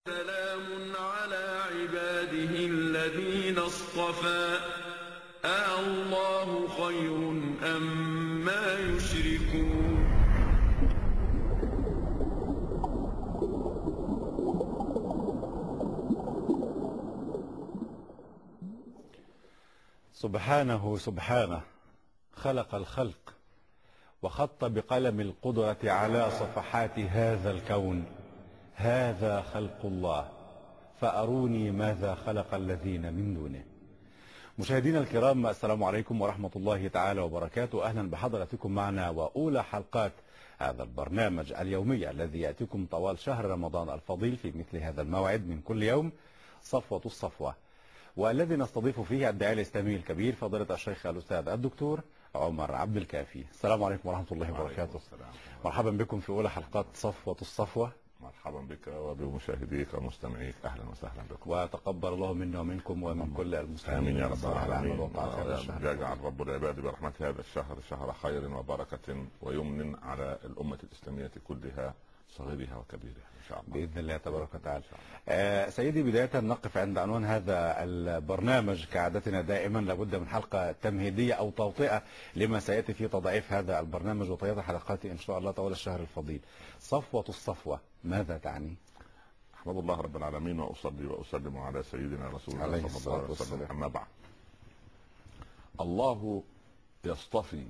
سلام على عباده الذين اصطفى الله خير أما يشركون. سبحانه سبحانه خلق الخلق وخط بقلم القدرة على صفحات هذا الكون. هذا خلق الله فأروني ماذا خلق الذين من دونه. مشاهدينا الكرام، السلام عليكم ورحمة الله تعالى وبركاته. أهلا بحضراتكم معنا وأولى حلقات هذا البرنامج اليومي الذي يأتيكم طوال شهر رمضان الفضيل في مثل هذا الموعد من كل يوم، صفوة الصفوة، والذي نستضيف فيه الداعية الإسلامي الكبير فضيلة الشيخ الأستاذ الدكتور عمر عبد الكافي. السلام عليكم ورحمة الله وبركاته. مرحبا بكم في أولى حلقات صفوة الصفوة. مرحبا بك وبمشاهديك ومستمعيك، اهلا وسهلا بكم. وتقبل الله منا ومنكم ومن كل المسلمين. امين يا رب العالمين. يجعل رب العباد برحمته هذا الشهر شهر خير وبركه ويمن على الامه الاسلاميه كلها صغيرها وكبيرها ان شاء الله باذن الله تبارك وتعالى. سيدي، بدايه نقف عند عنوان هذا البرنامج كعادتنا دائما، لابد من حلقه تمهيديه او توطئه لما سياتي في تضعيف هذا البرنامج وطيات حلقاته ان شاء الله طوال الشهر الفضيل. صفوه الصفوه ماذا تعني؟ احمد الله رب العالمين واصلي واسلم على سيدنا رسول الله صلى الله عليه وسلم. اما بعد، الله يصطفي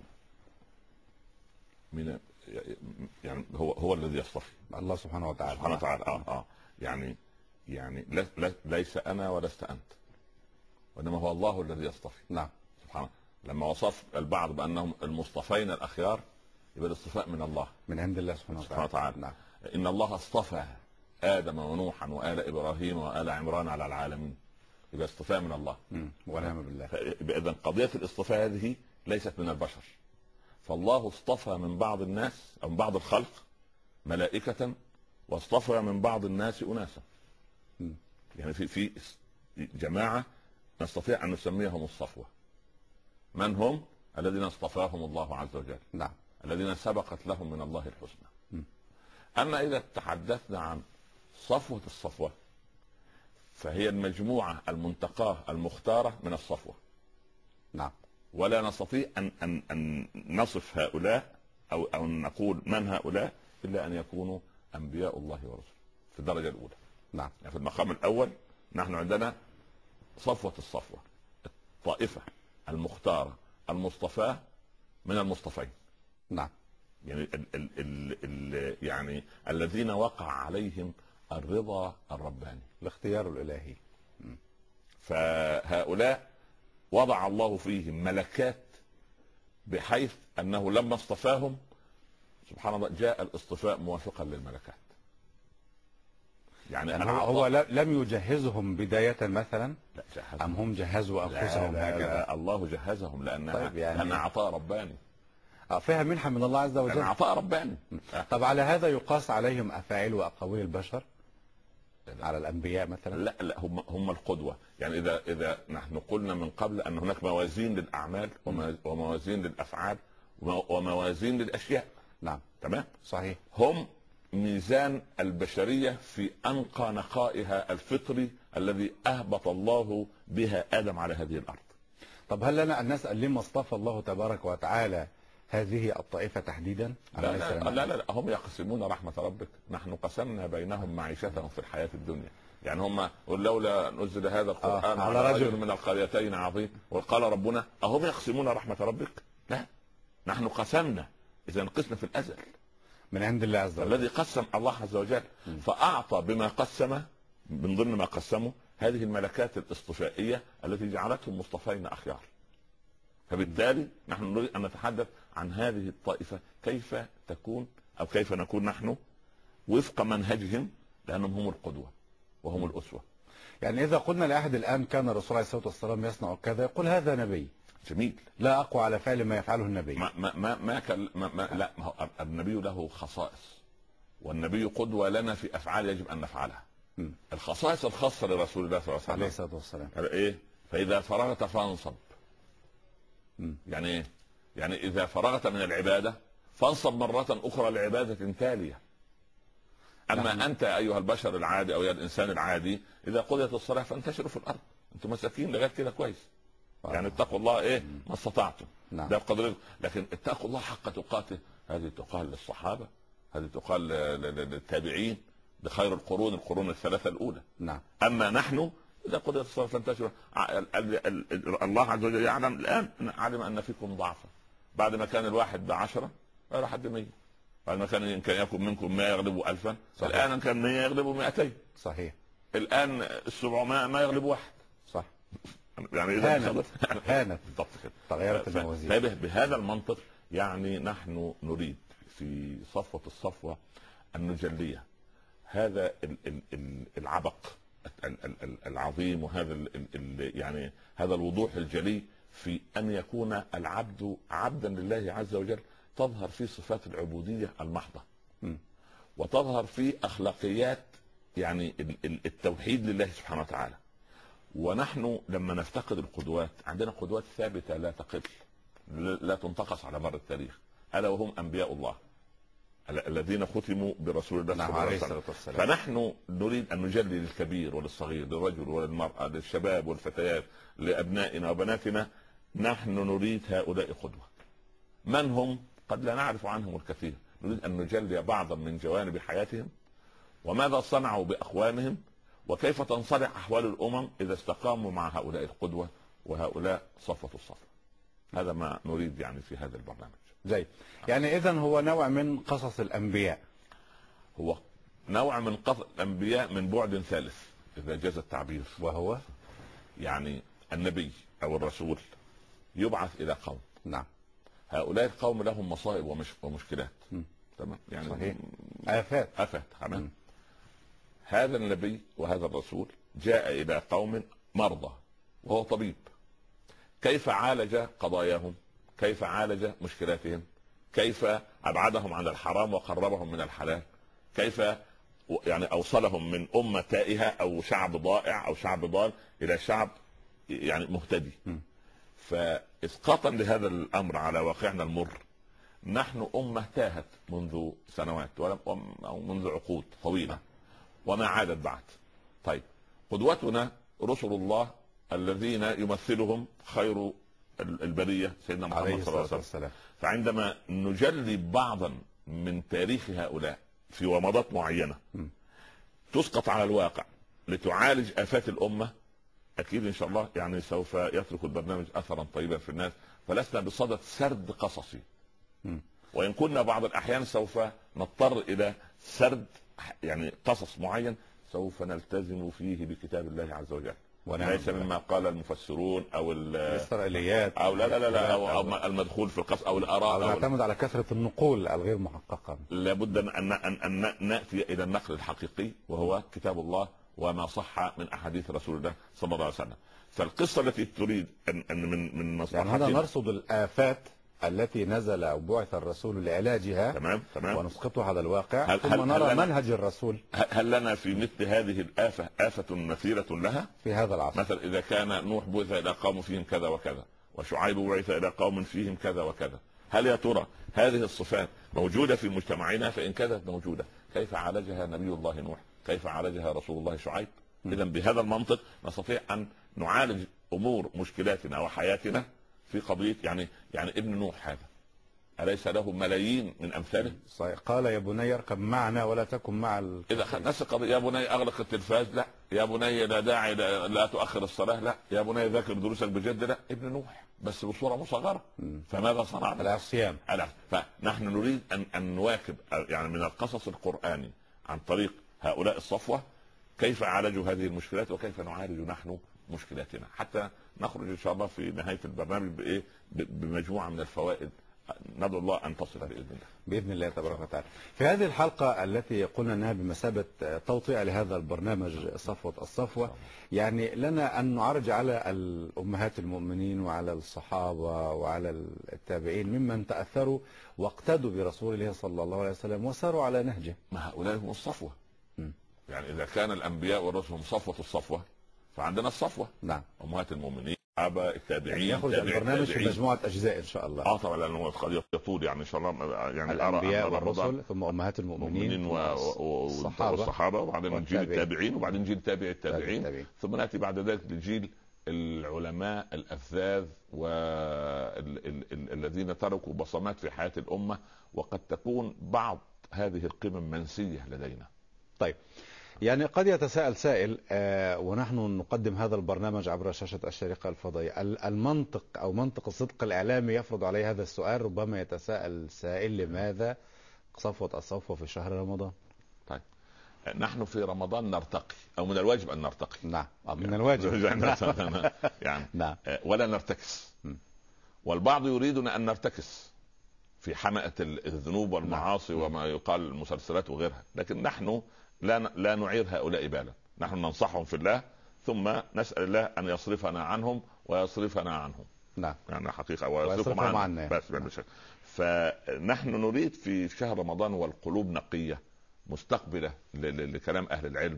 من، يعني هو الذي يصطفي، الله سبحانه وتعالى. سبحانه وتعالى. يعني ليس انا ولست انت، وانما هو الله الذي يصطفي. نعم سبحانه. لما وصف البعض بانهم المصطفين الاخيار، يبقى الاصطفاء من الله، من عند الله سبحانه وتعالى. نعم. ان الله اصطفى ادم ونوحا وآل ابراهيم وآل عمران على العالمين، يبقى اصطفاء من الله. ونعم بالله. اذا قضيه الاصطفاء هذه ليست من البشر، فالله اصطفى من بعض الناس او من بعض الخلق ملائكة، واصطفى من بعض الناس اناسا. يعني في جماعة نستطيع ان نسميهم الصفوة. من هم؟ الذين اصطفاهم الله عز وجل. نعم. الذين سبقت لهم من الله الحسنى. اما اذا تحدثنا عن صفوة الصفوة، فهي المجموعة المنتقاة المختارة من الصفوة. نعم. ولا نستطيع أن نصف هؤلاء أو نقول من هؤلاء إلا أن يكونوا أنبياء الله ورسله في الدرجة الأولى. نعم. يعني في المقام الأول نحن عندنا صفوة الصفوة، الطائفة المختارة المصطفاة من المصطفين. نعم. يعني يعني الذين وقع عليهم الرضا الرباني، الاختيار الإلهي. فهؤلاء وضع الله فيهم ملكات بحيث انه لما اصطفاهم سبحان الله جاء الاصطفاء موافقا للملكات. يعني هو لم يجهزهم بداية مثلا؟ لا، جهزهم. ام هم جهزوا انفسهم؟ لا، الله جهزهم لانها طيب يعني لأن عطاء رباني. فيها منحة من الله عز وجل. عطاء رباني. طب على هذا يقاس عليهم افاعيل واقاويل البشر على الانبياء مثلا؟ لا، هم القدوة. يعني اذا نحن قلنا من قبل ان هناك موازين للاعمال وموازين للافعال وموازين للاشياء. نعم. تمام. صحيح. هم ميزان البشرية في انقى نقائها الفطري الذي اهبط الله بها ادم على هذه الارض. طب هل لنا ان نسأل لما اصطفى الله تبارك وتعالى هذه الطائفة تحديدا؟ لا، هم يقسمون رحمة ربك. نحن قسمنا بينهم معيشتهم في الحياة الدنيا. يعني هم لولا نزل هذا القرآن على رجل من القريتين عظيم وقال ربنا أهم يقسمون رحمة ربك؟ لا، نحن قسمنا. إذا قسنا في الأزل من عند الله عز وجل، الذي قسم الله عز وجل. فأعطى بما قسم من ضمن ما قسمه هذه الملكات الاصطفائية التي جعلتهم مصطفين أخيار. فبالتالي نحن نريد أن نتحدث عن هذه الطائفة كيف تكون أو كيف نكون نحن وفق منهجهم، لأنهم هم القدوة وهم الأسوة. يعني إذا قلنا لأحد الآن كان الرسول عليه الصلاة والسلام يصنع كذا، يقول هذا نبي. جميل. لا أقوى على فعل ما يفعله النبي. لا، النبي له خصائص، والنبي قدوة لنا في أفعال يجب أن نفعلها. الخصائص الخاصة لرسول الله صلى الله عليه الصلاة والسلام إيه؟ فإذا فرغت فانصب. يعني ايه؟ يعني اذا فرغت من العباده فانصب مره اخرى لعباده تاليه. اما انت ايها البشر العادي او يا الانسان العادي، اذا قضيت الصلاه فانتشروا في الارض، انتم مساكين لغايه كده كويس. يعني اتقوا الله ايه ما استطعتم. نعم. ده بقدر، لكن اتقوا الله حق تقاته، هذه تقال للصحابه، هذه تقال للتابعين، لخير القرون الثلاثه الاولى. نعم. اما نحن اذا قضيت الصلاه فانتشروا. الله عز وجل يعلم الان، علم ان فيكم ضعفا، بعد ما كان الواحد ب10 راح حد 100، بعد ما كان إن كان يكن منكم 100 يغلبوا 1000، الان إن كان 100 يغلبوا 200. صحيح. الان 700 ما يغلب واحد. صح. يعني اذا هانت بالضبط كده، تغيرت الموازين. بهذا المنطق يعني نحن نريد في صفوة الصفوة أن نجليه هذا العبق العظيم، وهذا يعني هذا الوضوح الجلي في أن يكون العبد عبدا لله عز وجل، تظهر فيه صفات العبودية المحضة، وتظهر فيه أخلاقيات يعني التوحيد لله سبحانه وتعالى. ونحن لما نفتقد القدوات، عندنا قدوات ثابتة لا تقل، لا تنتقص على مر التاريخ، ألا وهم أنبياء الله الذين ختموا برسول الله صلى الله عليه وسلم. فنحن نريد أن نجلي للكبير وللصغير، للرجل وللمرأة، للشباب والفتيات، لأبنائنا وبناتنا. نحن نريد هؤلاء قدوة. من هم؟ قد لا نعرف عنهم الكثير. نريد أن نجلي بعضا من جوانب حياتهم، وماذا صنعوا بأقوامهم، وكيف تنصلح أحوال الأمم إذا استقاموا مع هؤلاء القدوة وهؤلاء صفوة الصف. هذا ما نريد يعني في هذا البرنامج. زي يعني إذن هو نوع من قصص الأنبياء، هو نوع من قصص الأنبياء من بعد ثالث إذا جاز التعبير، وهو يعني النبي أو الرسول يبعث إلى قوم. نعم. هؤلاء القوم لهم مصائب ومشكلات. تمام. يعني صحيح. آفات. تمام. هذا النبي وهذا الرسول جاء إلى قوم مرضى وهو طبيب. كيف عالج قضاياهم؟ كيف عالج مشكلاتهم؟ كيف أبعدهم عن الحرام وقربهم من الحلال؟ كيف يعني أوصلهم من أمة تائهة أو شعب ضائع أو شعب ضال إلى شعب يعني مهتدي؟ فإسقاطا لهذا الأمر على واقعنا المر، نحن أمة تاهت منذ سنوات أو منذ عقود طويلة وما عادت بعد. طيب، قدوتنا رسل الله الذين يمثلهم خير البرية سيدنا محمد صلى الله عليه وسلم. فعندما نجلي بعضا من تاريخ هؤلاء في ومضات معينة تسقط على الواقع لتعالج آفات الأمة، أكيد إن شاء الله يعني سوف يترك البرنامج أثرا طيبا في الناس. فلسنا بصدد سرد قصصي، وإن كنا بعض الأحيان سوف نضطر إلى سرد يعني قصص معين سوف نلتزم فيه بكتاب الله عز وجل، وليس مما قال المفسرون او الاسرائيليات او لا أو المدخول في القصص او الاراء، او نعتمد على كثرة النقول الغير محققة. لابد ان ناتي الى النقل الحقيقي وهو كتاب الله وما صح من احاديث رسول الله صلى الله عليه وسلم. فالقصة التي تريد ان من مصلحتنا، يعني هذا نرصد الآفات التي نزل أو بعث الرسول لعلاجها، تمام ونسقطها على الواقع، ثم نرى منهج الرسول. هل لنا في مثل هذه الآفة آفة مثيرة لها في هذا العصر؟ مثلا إذا كان نوح بعث إلى قوم فيهم كذا وكذا، وشعيب بعث إلى قوم فيهم كذا وكذا، هل يا ترى هذه الصفات موجودة في مجتمعنا؟ فإن كانت موجودة كيف عالجها نبي الله نوح؟ كيف عالجها رسول الله شعيب؟ إذا بهذا المنطق نستطيع أن نعالج أمور مشكلاتنا وحياتنا في قضية يعني ابن نوح هذا أليس له ملايين من أمثاله؟ صحيح. قال يا بني اركب معنا ولا تكن مع إذا نفس القضية، يا بني أغلق التلفاز، لا. يا بني لا داعي لا تؤخر الصلاة، لا. يا بني ذاكر دروسك بجد، لا. ابن نوح بس بصورة مصغرة. فماذا صنع؟ العصيان. فنحن نريد أن نواكب يعني من القصص القرآني عن طريق هؤلاء الصفوة كيف عالجوا هذه المشكلات وكيف نعالج نحن مشكلاتنا، حتى نخرج ان شاء الله في نهايه البرنامج بمجموعه من الفوائد ندعو الله ان تصل باذن الله تبارك وتعالى. في هذه الحلقه التي قلنا انها بمثابه توطئه لهذا البرنامج صفوه الصفوه، يعني لنا ان نعرج على الامهات المؤمنين وعلى الصحابه وعلى التابعين ممن تاثروا واقتدوا برسول الله صلى الله عليه وسلم وساروا على نهجه. ما هؤلاء هم الصفوه. يعني اذا كان الانبياء والرسل هم صفوه الصفوه، فعندنا الصفوه. نعم. امهات المؤمنين الصحابه التابعين. يخرج البرنامج في مجموعه اجزاء ان شاء الله. طبعا لانه قد يطول يعني ان شاء الله، يعني الانبياء والرسل ثم امهات المؤمنين والصحابه وبعدين جيل التابعين وبعدين جيل تابع التابعين ثم ناتي بعد ذلك لجيل العلماء الافذاذ والذين تركوا بصمات في حياه الامه، وقد تكون بعض هذه القمم منسيه لدينا. طيب، يعني قد يتساءل سائل ونحن نقدم هذا البرنامج عبر شاشة الشريقة الفضائية، المنطق أو منطق الصدق الإعلامي يفرض عليه هذا السؤال. ربما يتساءل سائل: لماذا صفوة الصفوة في شهر رمضان؟ طيب، نحن في رمضان نرتقي، أو من الواجب أن نرتقي. نعم، من الواجب يعني نعم. ولا نرتكس. والبعض يريدنا أن نرتكس في حمأة الذنوب والمعاصي وما يقال المسلسلات وغيرها، لكن نحن لا نعير هؤلاء بالا. نحن ننصحهم في الله ثم نسأل الله أن يصرفنا عنهم ويصرفنا عنهم. نعم، يعني حقيقة ويصرفهم عنا بس. نعم. فنحن نريد في شهر رمضان والقلوب نقية مستقبلة لكلام أهل العلم،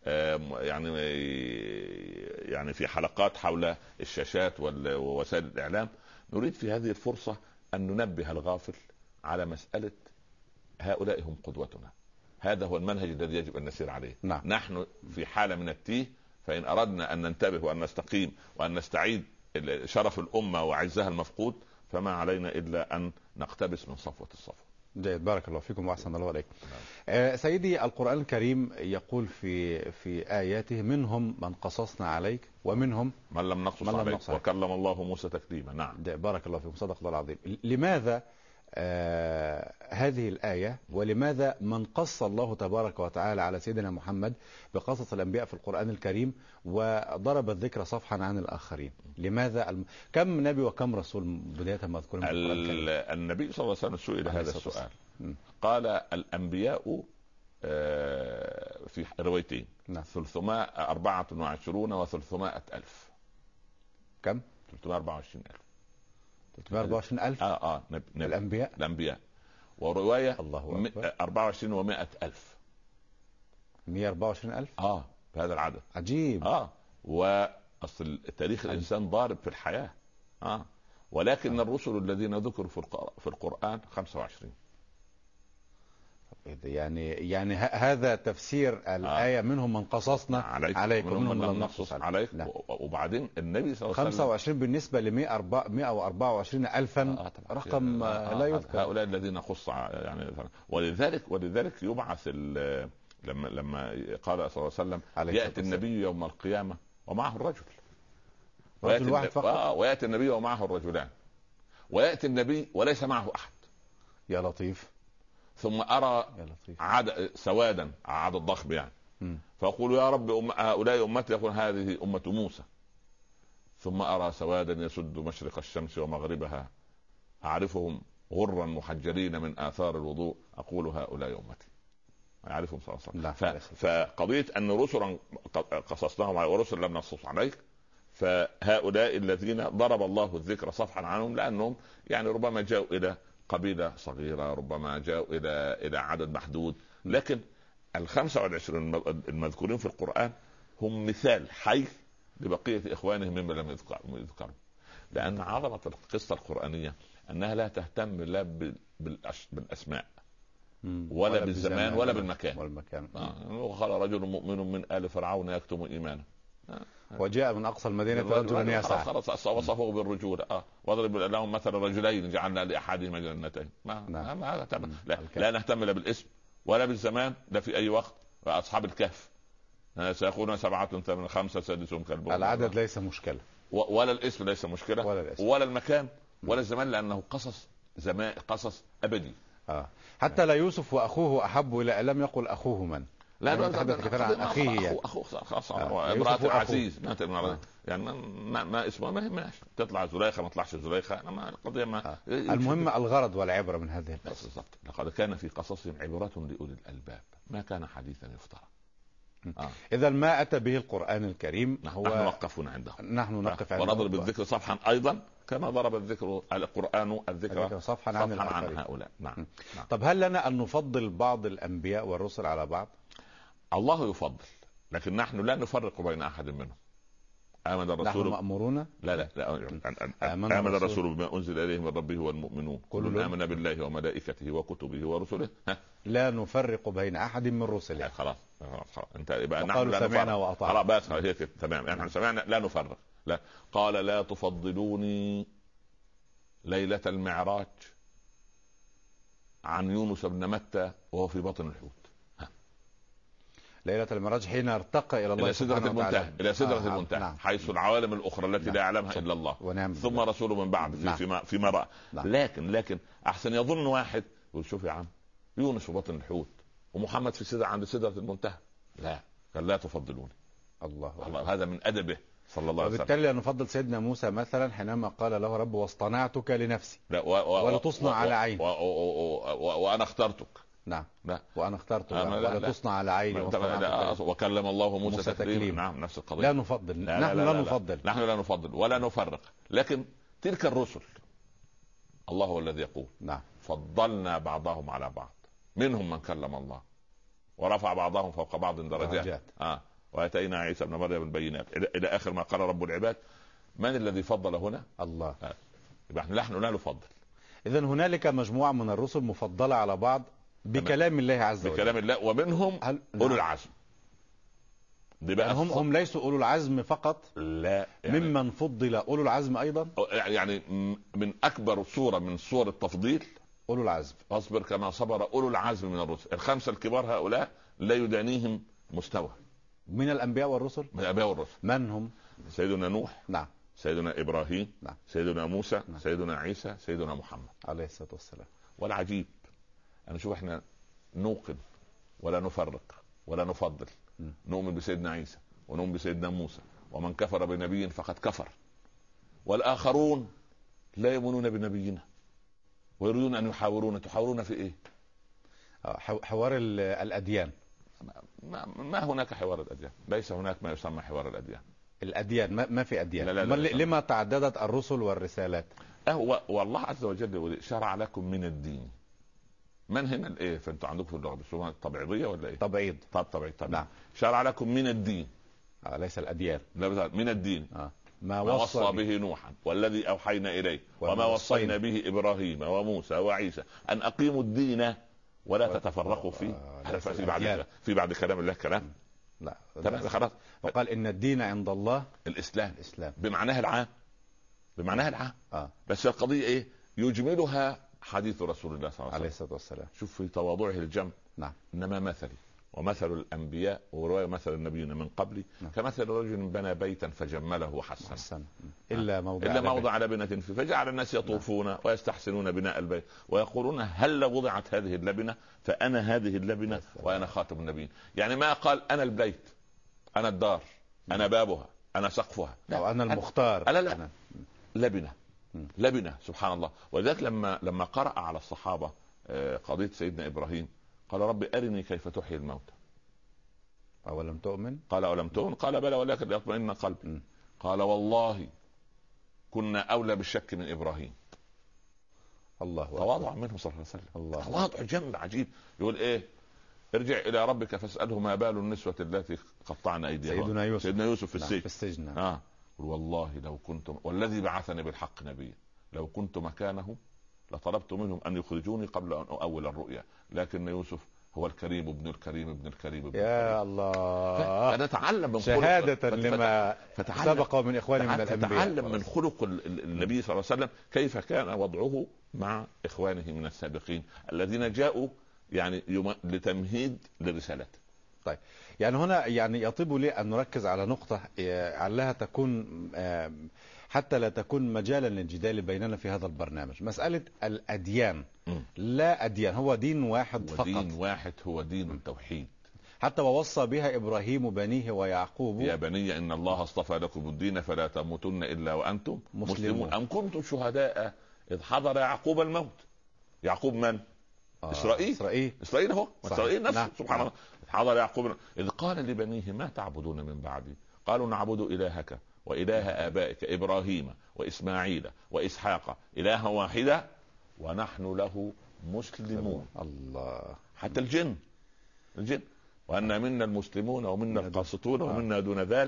يعني في حلقات حول الشاشات ووسائل الإعلام، نريد في هذه الفرصة أن ننبه الغافل على مسألة هؤلاء هم قدوتنا. هذا هو المنهج الذي يجب أن نسير عليه. نعم. نحن في حالة من التيه، فإن أردنا أن ننتبه وأن نستقيم وأن نستعيد شرف الأمة وعزها المفقود، فما علينا إلا أن نقتبس من صفوة الصفوة. جيد، بارك الله فيكم وأحسن الله عليكم. سيدي، القرآن الكريم يقول في آياته: منهم من قصصنا عليك ومنهم من لم نقصص عليك وكلم الله موسى تكليما. نعم، بارك الله فيكم، صدق الله العظيم. لماذا هذه الآية، ولماذا من قص الله تبارك وتعالى على سيدنا محمد بقصص الأنبياء في القرآن الكريم وضرب الذكر صفحا عن الآخرين؟ لماذا كم نبي وكم رسول بداية مذكورين في القرآن الكريم؟ النبي صلى الله عليه وسلم سئل هذا السؤال، قال: الأنبياء في روايتين 324 و300 ألف. كم؟ 324 ألف. 324 ألف الأنبياء. ورواية 24 و100 ألف. 124 ألف بهذا العدد. عجيب. وأصل تاريخ الإنسان ضارب في الحياة. ولكن الرسل الذين ذكروا في القرآن 25. يعني هذا تفسير الآية: منهم من قصصنا عليك ومنهم من لم نقصص عليك. وبعدين النبي صلى الله عليه وسلم 25 بالنسبة ل 124 ألفا رقم لا يذكر. هؤلاء الذين قص يعني. ولذلك يبعث لما قال صلى الله عليه وسلم: يأتي النبي يوم القيامة ومعه الرجل واحد فقط. ويأتي النبي ومعه الرجلان، ويأتي النبي وليس معه أحد. يا لطيف. ثم أرى سوادا، عدد ضخم يعني. فأقول: يا رب، هؤلاء أمتي. يقول: هذه أمة موسى. ثم أرى سوادا يسد مشرق الشمس ومغربها، أعرفهم غرا محجلين من آثار الوضوء. أقول: هؤلاء أمتي. أعرفهم صلى الله عليه وسلم. فقضية أن رسلا قصصناهم ورسلا لم نقصص عليك، فهؤلاء الذين ضرب الله الذكر صفحا عنهم، لأنهم يعني ربما جاءوا إلى قبيلة صغيرة، ربما جاءوا إلى عدد محدود، لكن 25 المذكورين في القرآن هم مثال حي لبقية إخوانهم مما لم يذكروا. لأن عظمة القصة القرآنية أنها لا تهتم لا بالأسماء ولا بالزمان ولا بالمكان. وقال: رجل مؤمن من آل فرعون يكتم إيمانه، وجاء من أقصى المدينة رجل يسعى. خلاص وصفه بالرجولة. واضرب لهم مثل رجلين جعلنا لأحدهما جنتين. لا نهتم لا بالاسم ولا بالزمان، لا في أي وقت. أصحاب الكهف سيكونون 7 8 5 سادسهم كلبهم. العدد ليس مشكلة، ولا الاسم ليس مشكلة، ولا المكان ولا الزمان، لأنه قصص أبدي. حتى لا يوسف وأخوه أحب إلى، لم يقل أخوه من. لا تحدث كثيرا عن أخيه يعني. أخوه خلاص. امرأة العزيز يعني ما اسمه ما يهمناش، تطلع زليخة ما تطلعش زليخة، القضية ما. المهم الغرض والعبرة من هذه القصة. بالضبط. لقد كان في قصصهم عبرة لأولي الألباب، ما كان حديثا يفترى. إذا ما أتى به القرآن الكريم نحن وقفنا عنده. نحن نقف عنده ونضرب الذكر صفحا أيضا كما ضرب القرآن الذكر صفحا عن هؤلاء. نعم. طب هل لنا أن نفضل بعض الأنبياء والرسل على بعض؟ الله يفضل، لكن نحن لا نفرق بين أحد منهم. آمن نحن الرسول مأمورون. لا آمن الرسول بما أنزل إليه من ربه والمؤمنون كل آمن بالله وملائكته وكتبه ورسله لا نفرق بين أحد من رسله. خلاص انت يبقى نحن لا سمعنا وأطعنا. خلاص بس هي كده تمام. نحن سمعنا لا نفرق. لا قال لا تفضلوني ليلة المعراج عن يونس بن متى وهو في بطن الحوت. ليلة المعراج حين ارتقى إلى الله سبحانه وتعالى إلى سدرة المنتهى نعم. حيث العوالم الأخرى التي لا يعلمها إلا الله ونعم ثم رسول من بعد فيما رأى. لكن أحسن يظن واحد يقول شوف يا عم يونس في بطن الحوت ومحمد في سدرة عند سدرة المنتهى. لا قال لا تفضلوني. الله هذا من أدبه صلى الله عليه وسلم. وبالتالي نفضل سيدنا موسى مثلا حينما قال له رب واصطنعتك لنفسي ولتصنع على عيني وأنا اخترتك. نعم لا. وأنا اخترتك ولا تصنع على عيني وكلم الله موسى تكليما. نعم نفس القضية. لا نفضل. نحن لا نفضل ولا نفضل. لكن تلك الرسل الله هو الذي يقول نعم فضلنا بعضهم على بعض منهم من كلم الله ورفع بعضهم فوق بعض درجات واتينا عيسى ابن مريم بالبينات الى اخر ما قال رب العباد. من الذي فضل هنا؟ الله. يبقى نحن لا نفضل. اذا هنالك مجموعه من الرسل مفضله على بعض بكلام الله عز وجل. بكلام الله ومنهم اولو العزم. يعني هم ليسوا اولو العزم فقط لا يعني ممن فضل اولو العزم ايضا. يعني من اكبر صوره من صور التفضيل اولو العزم. اصبر كما صبر اولو العزم من الرسل. الخمسه الكبار هؤلاء لا يدانيهم مستوى من الانبياء والرسل. من الانبياء والرسل. من هم؟ سيدنا نوح نعم. سيدنا ابراهيم نعم. سيدنا موسى نعم. سيدنا عيسى سيدنا محمد عليه الصلاه والسلام. والعجيب انا شوف احنا نوقن ولا نفرق ولا نفضل. نؤمن بسيدنا عيسى ونؤمن بسيدنا موسى ومن كفر بنبي فقد كفر والآخرون لا يؤمنون بنبينا ويريدون أن يحاورون. تحاورون في إيه؟ حوار الأديان. ما هناك حوار الأديان. ليس هناك ما يسمى حوار الأديان. الأديان ما في أديان. لا لما تعددت الرسل والرسالات؟ والله عز وجل يقول شرع لكم من الدين. من هنا الايه؟ فانتوا عندكم في اللغه بالسمه الطبيعيه ولا ايه؟ تبعيض. طبيعي. نعم. شرع لكم من الدين ليس الاديان. لا من الدين ما وصى به نوحا والذي اوحينا اليه وما وصينا به ابراهيم وموسى وعيسى ان اقيموا الدين ولا تتفرقوا فيه. في بعد كلام الله كلام. لا خلاص. وقال ان الدين عند الله الاسلام بمعناه العام. بس القضيه ايه؟ يجملها حديث رسول الله صلى الله عليه الصلاة والسلام. شوف في تواضعه الجم. نعم. إنما مثلي ومثل الأنبياء ورواية مثل النبيين من قبلي كمثل رجل بنى بيتا فجمله وحسن إلا موضع لبنة فيه فجعل الناس يطوفون ويستحسنون بناء البيت ويقولون هل وضعت هذه اللبنة فأنا هذه اللبنة وأنا خاتم النبيين. يعني ما قال أنا البيت أنا الدار أنا بابها أنا سقفها أو أنا المختار. لا لبنة سبحان الله. ولذلك لما قرأ على الصحابة قضية سيدنا إبراهيم قال رب أرني كيف تحيي الموتى أولم تؤمن؟ قال أولم تؤمن؟ قال بلى ولكن ليطمئن قلبي. قال والله كنا أولى بالشك من إبراهيم. الله تواضع منه صلى الله عليه وسلم. تواضع جميل عجيب. يقول إيه؟ ارجع إلى ربك فاسأله ما بال النسوة التي قطعن أيديهن. سيدنا يوسف في السجن. والله لو كنت والذي بعثني بالحق نبيا لو كنت مكانه لطلبت منهم ان يخرجوني قبل ان اؤول الرؤيا لكن يوسف هو الكريم ابن الكريم ابن الكريم ابن يا الله. فنتعلم من شهادة لما سبق من اخواني من الانبياء. نتعلم من خلق النبي صلى الله عليه وسلم كيف كان وضعه مع اخوانه من السابقين الذين جاءوا يعني لتمهيد لرسالته. طيب يعني هنا يعني يطيب لي أن نركز على نقطة علها تكون حتى لا تكون مجالا للجدال بيننا في هذا البرنامج. مسألة الأديان. لا أديان هو دين واحد فقط. دين واحد هو دين التوحيد. حتى ووصى بها إبراهيم بنيه ويعقوب يا بني إن الله اصطفى لكم الدين فلا تموتن إلا وأنتم مسلمون. أم كنتم شهداء إذ حضر يعقوب الموت. يعقوب من؟ إسرائيل هو إسرائيل نفسه. سبحان الله. حضر يعقوب إذ قال لبنيه ما تعبدون من بعدي قالوا نعبد إلهك وإله آبائك إبراهيم وإسماعيل وإسحاق إلها واحدا ونحن له مسلمون. الله. حتى الجن وأن منا المسلمون ومنا القاسطون ومنا دون ذلك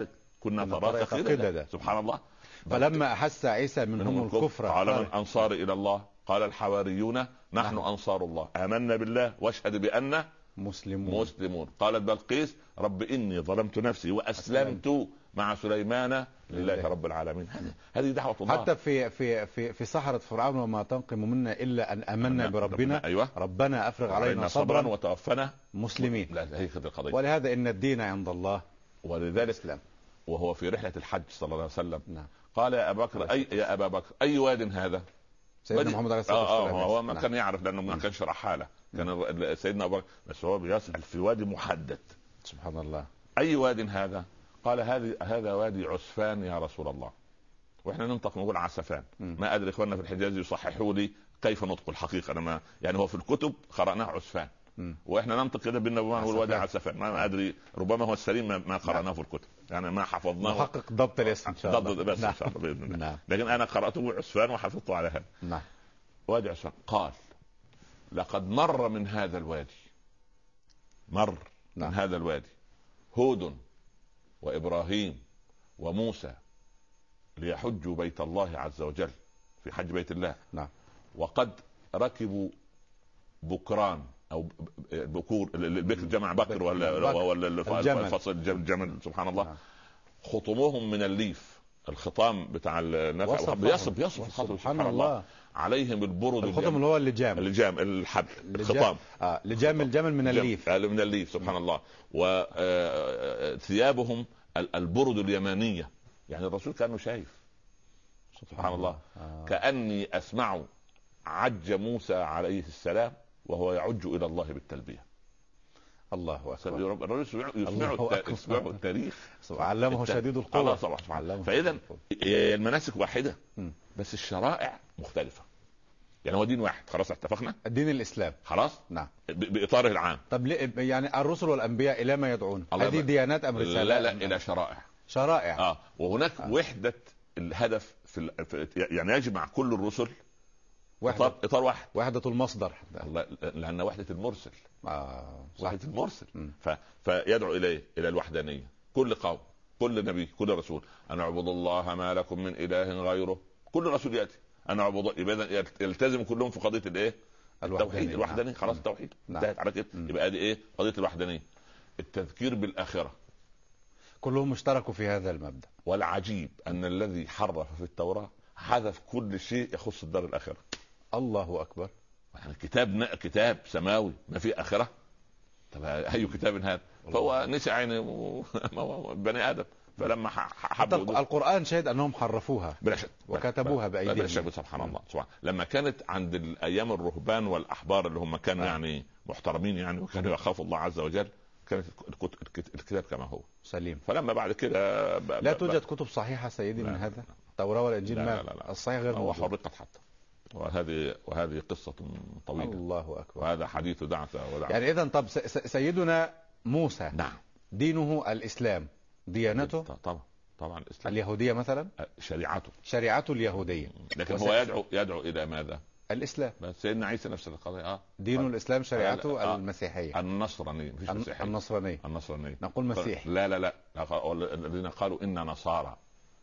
كنا طرائق قددا. سبحان الله. فلما أحس عيسى منهم الكفر قال من أنصار إلى الله؟ قال الحواريون نحن أنصار الله آمنا بالله واشهد بأن مسلمون. قالت بلقيس رب إني ظلمت نفسي وأسلمت مع سليمان لله رب العالمين. هذه دعوة الله. حتى في سحرة فرعون وما تنقم منا إلا أن آمنا بربنا. أيوة. ربنا أفرغ علينا صبرا وتوفنا مسلمين. لا هي كده القضية. ولهذا إن الدين عند الله ولذلك الإسلام. وهو في رحلة الحج صلى الله عليه وسلم نعم. قال يا أبا بكر يا أبا بكر أي واد هذا؟ سيدنا محمد عليه الصلاة والسلام هو ما كان يعرف لأنه ما كانش رحالة. كان سيدنا أبو بكر بس هو بيسأل في وادي محدد. سبحان الله. أي واد هذا؟ قال هذا وادي عسفان يا رسول الله. واحنا ننطق نقول عسفان. ما ادري اخواننا في الحجاز يصححوا لي كيف نطق الحقيقه. انا ما يعني هو في الكتب قراناه عسفان واحنا ننطق كده بالنبوان نقول وادي عسفان. ما ادري ربما هو السليم ما قراناه في الكتب يعني ما حفظناه. نحقق ضبط الاسم ان شاء الله. ضبط بس ان شاء الله باذن الله. لكن انا قراته عسفان وحفظته على هذا. نعم. وادي عسفان. قال لقد مر من هذا الوادي من هذا الوادي هود وإبراهيم وموسى ليحجوا بيت الله عز وجل في حج بيت الله. نعم. وقد ركبوا بكران أو بكور. البكر جمع بكر ولا الفصل الجمل. سبحان الله. خطمهم من الليف. الخطام بتاع النفع بيصف سبحان الله. عليهم البرد. الخطم اللي هو اللجام الحبل الخطام. لجام الجمل من الليف. سبحان الله. وثيابهم البرد اليمانية. يعني الرسول كانه شايف. سبحان الله. كأني أسمع عج موسى عليه السلام وهو يعج إلى الله بالتلبية. الله أكبر. الرسول يسمع التاريخ. علمه شديد القوة. فإذا المناسك واحدة بس الشرائع مختلفة. يعني هو دين واحد. خلاص اتفقنا. الدين الإسلام. خلاص. نعم. بإطاره العام. طب يعني الرسل والأنبياء إلى ما يدعون؟ هذه ديانات أم رسالة؟ لا إلى شرائع. وهناك وحدة الهدف يعني يجمع كل الرسل إطار واحد. وحدة المصدر. لأن وحدة المرسل. وحدة المرسل. فيدعو إليه إلى الوحدانية. كل قوم كل نبي كل رسول أن اعبدوا الله ما لكم من إله غيره. كل رسول يأتي أن اعبدوا. إذا يلتزم كلهم في قضية الإيه؟ التوحيد. الوحدانية. خلاص التوحيد انتهت على كده. يبقى هذه إيه؟ قضية الوحدانية. التذكير بالآخرة. كلهم اشتركوا في هذا المبدأ. والعجيب أن الذي حرف في التوراة حذف كل شيء يخص الدار الآخرة. الله أكبر. يعني كتاب سماوي ما فيه آخرة. طب أي كتاب هذا؟ فهو نسي عين بني آدم. فلما حبوا القرآن شهد أنهم حرفوها بلا شك وكتبوها بأيديهم. بلا شك. سبحان الله. لما كانت عند الأيام الرهبان والأحبار اللي هم كانوا يعني محترمين يعني وكانوا يخافوا الله عز وجل كانت الكتاب كما هو سليم. فلما بعد كده لا توجد كتب صحيحة سيدي من هذا التوراة والإنجيل. لا. الصحيح غير موجود. وحرقت حتى. وهذه قصة طويلة. الله أكبر. وهذا حديث دعسة يعني إذن طب سيدنا موسى نعم دينه الإسلام. ديانته طبعا الإسلام. اليهودية مثلا شريعته اليهودية. لكن هو يدعو إلى ماذا؟ الإسلام. بس سيدنا عيسى نفس القضية. دينه الإسلام شريعته المسيحية. النصرانية مفيش مسيحية. النصرانية نقول مسيحي. لا الذين قالوا إننا نصارى.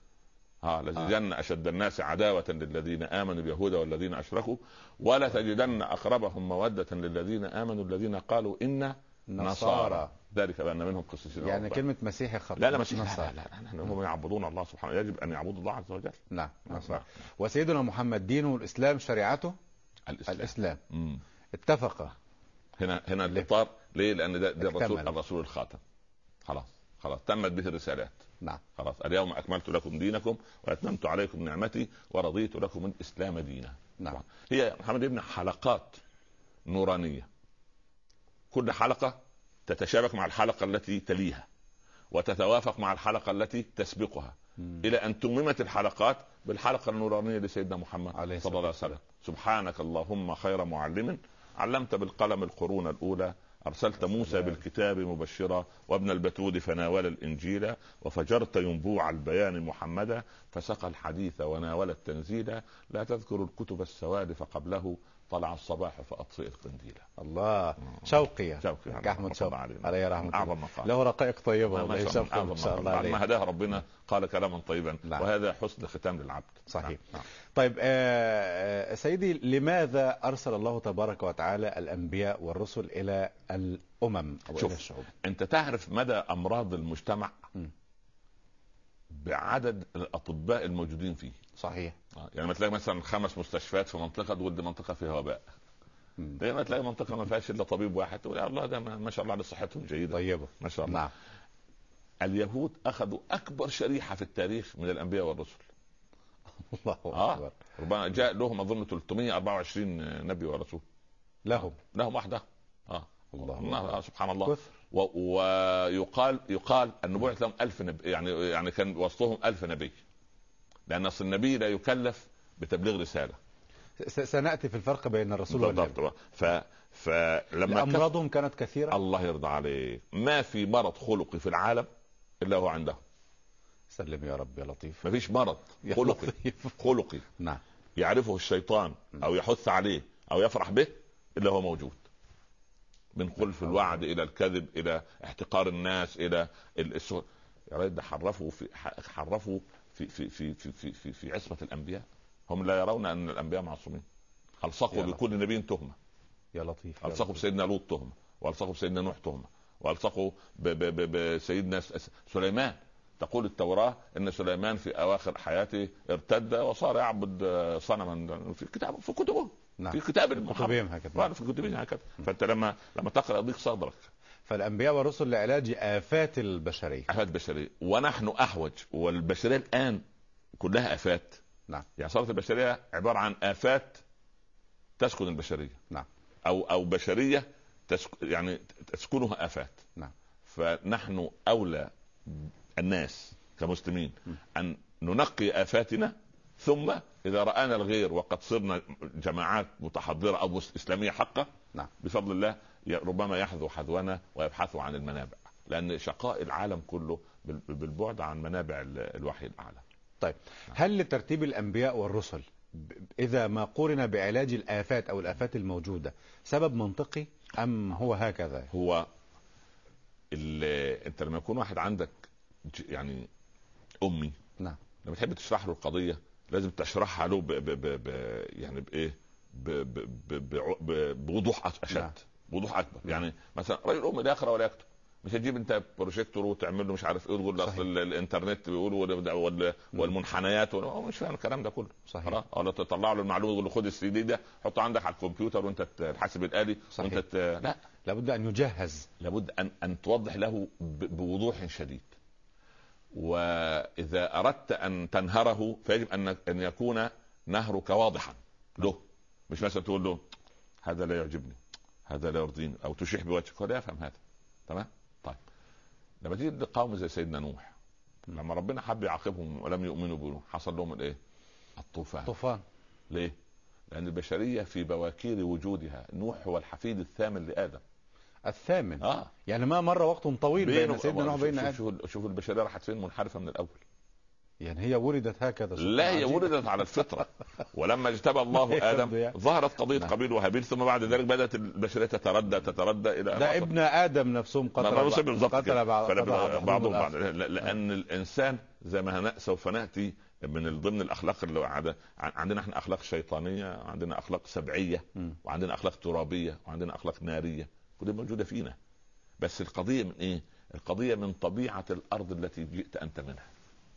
لتجدن أشد الناس عداوة للذين آمنوا اليهود والذين أشركوا ولا تجدن أقربهم مودة للذين آمنوا الذين قالوا إن نصارى ذلك بأن منهم قسيسين. يعني كلمة مسيحي خطأ. لا مسيحي. لا هم يعبدون الله سبحانه. يجب أن يعبدوا الله عز وجل. نعم. وسيدنا محمد دينه الإسلام شريعته الإسلام. اتفق هنا الإطار. ليه؟ لأن ده الرسول الخاتم. خلاص تمت به الرسالات. نعم. خلاص اليوم أكملت لكم دينكم وأتممت عليكم نعمتي ورضيت لكم الإسلام دينا. نعم. هي محمد ابن حلقات نورانية. كل حلقة تتشابك مع الحلقة التي تليها وتتوافق مع الحلقة التي تسبقها إلى أن تممت الحلقات بالحلقة النورانية لسيدنا محمد صلى الله عليه وسلم. سبحانك اللهم خير معلم علمت بالقلم القرون الأولى أرسلت موسى بالكتاب مبشرا وابن البتول فناول الإنجيل وفجرت ينبوع البيان محمدا فسقى الحديث وناول التنزيل لا تذكر الكتب السواد فقبله طلع الصباح فأطفئ القنديل. الله. شوقي شوقي أحمد شوقي عليه رحمة الله. أعظم مقام له رقائق طيبة والله. ما شاء الله بعد ما هداه ربنا قال كلاما طيبا. نعم. وهذا حسن ختام للعبد. صحيح. نعم. طيب سيدي، لماذا أرسل الله تبارك وتعالى الأنبياء والرسل إلى الأمم أو إلى الشعوب؟ أنت تعرف مدى أمراض المجتمع بعدد الأطباء الموجودين فيه. صحيح. يعني ما تلاقي مثلا 5 مستشفيات في منطقة تقول دي منطقة فيها وباء، دايما تلاقي منطقة ما فيهاش إلا طبيب واحد تقول يا الله ده ما شاء الله على صحتهم جيدة طيبة ما شاء الله. نعم. اليهود أخذوا أكبر شريحة في التاريخ من الأنبياء والرسل. الله أكبر. ربما جاء لهم أظن 324 نبي ورسول لهم واحدة. الله سبحان الله. ويقال أن بعث لهم 1000 نبي، يعني كان وسطهم 1000 نبي، لأن أصل النبي لا يكلف بتبليغ رسالة. سنأتي في الفرق بين الرسول والنبي. فلما أمراضهم كانت كثيرة. الله يرضى عليك، ما في مرض خلقي في العالم إلا هو عنده. سلم يا رب يا لطيف. ما فيش مرض خلقي نعم يعرفه الشيطان أو يحث عليه أو يفرح به إلا هو موجود، من خلف الوعد إلى الكذب إلى احتقار الناس إلى السوء. يا ريت حرفوا في عصمة الأنبياء. هم لا يرون أن الأنبياء معصومين. ألصقوا بكل نبي تهمة. يا لطيف. ألصقوا بسيدنا لوط تهمة، وألصقوا بسيدنا نوح تهمة، وألصقوا بسيدنا سليمان. تقول التوراة أن سليمان في أواخر حياته ارتد وصار يعبد صنما في كتاب في كتبه. نعم. في كتاب المحرم هكذا. في كتبهم هكذا. فأنت لما تقرأ ضيق صدرك. فالأنبياء والرسل لعلاج آفات البشرية. آفات بشرية، ونحن أحوج. والبشرية الآن كلها آفات. نعم. يعني صارت البشرية عبارة عن آفات تسكن البشرية. نعم. أو بشرية يعني تسكنها آفات. نعم. فنحن أولى الناس كمسلمين أن ننقي آفاتنا، ثم إذا رأنا الغير وقد صرنا جماعات متحضرة أو إسلامية حقة، نعم، بفضل الله ربما يحذو حذونا ويبحثوا عن المنابع، لأن شقاء العالم كله بالبعد عن منابع الوحي الأعلى. طيب، هل لترتيب الأنبياء والرسل إذا ما قورن بعلاج الآفات أو الآفات الموجودة سبب منطقي أم هو هكذا؟ هو أنت لما يكون واحد عندك يعني أمي، نعم، لما تحب تشرح له القضية لازم تشرحها له يعني بإيه؟ بوضوح أشد. نعم. بوضوح أكبر. يعني مثلا رجل أمي لا يقرأ ولا يكتب، مش هتجيب انت بروجيكتور وتعمل له مش عارف ايه وتقول له اصل الانترنت بيقولوا والمنحنيات مش فاهم الكلام ده كله. صحيح. ولا تطلع له المعلومه تقول له خد السي دي ده حطه عندك على الكمبيوتر وانت الحاسب الآلي. صحيح. وانت لا، لابد ان يجهز، لابد ان توضح له بوضوح شديد. واذا اردت ان تنهره فيجب ان يكون نهرك واضحا له، مش مثلا تقول له هذا لا يعجبني، هذا لا يرضيني، او تشيح بوجهك ولا يفهم هذا. تمام. طيب، لما تيجي لقوم زي سيدنا نوح، لما ربنا حب يعاقبهم ولم يؤمنوا به حصل لهم الايه؟ الطوفان. ليه؟ لان البشريه في بواكير وجودها، نوح هو الحفيد الثامن لادم. الثامن؟ يعني ما مر وقت طويل بين سيدنا نوح وبين ادم. شوف البشريه راحت فين، منحرفه من الاول. يعني هي ولدت هكذا؟ لا، هي ولدت على الفطره. ولما اجتبى الله ادم ظهرت قضيه قابيل وهابيل، ثم بعد ذلك بدات البشريه تتردى الى ده ابن ادم نفسهم قتل بعضهم بعض. لان الانسان زي ما سوف ناتي من ضمن الاخلاق اللي عندنا احنا اخلاق شيطانيه، وعندنا اخلاق سبعيه، وعندنا اخلاق ترابيه، وعندنا اخلاق ناريه، كلها موجوده فينا. بس القضيه من ايه؟ القضيه من طبيعه الارض التي جئت انت منها.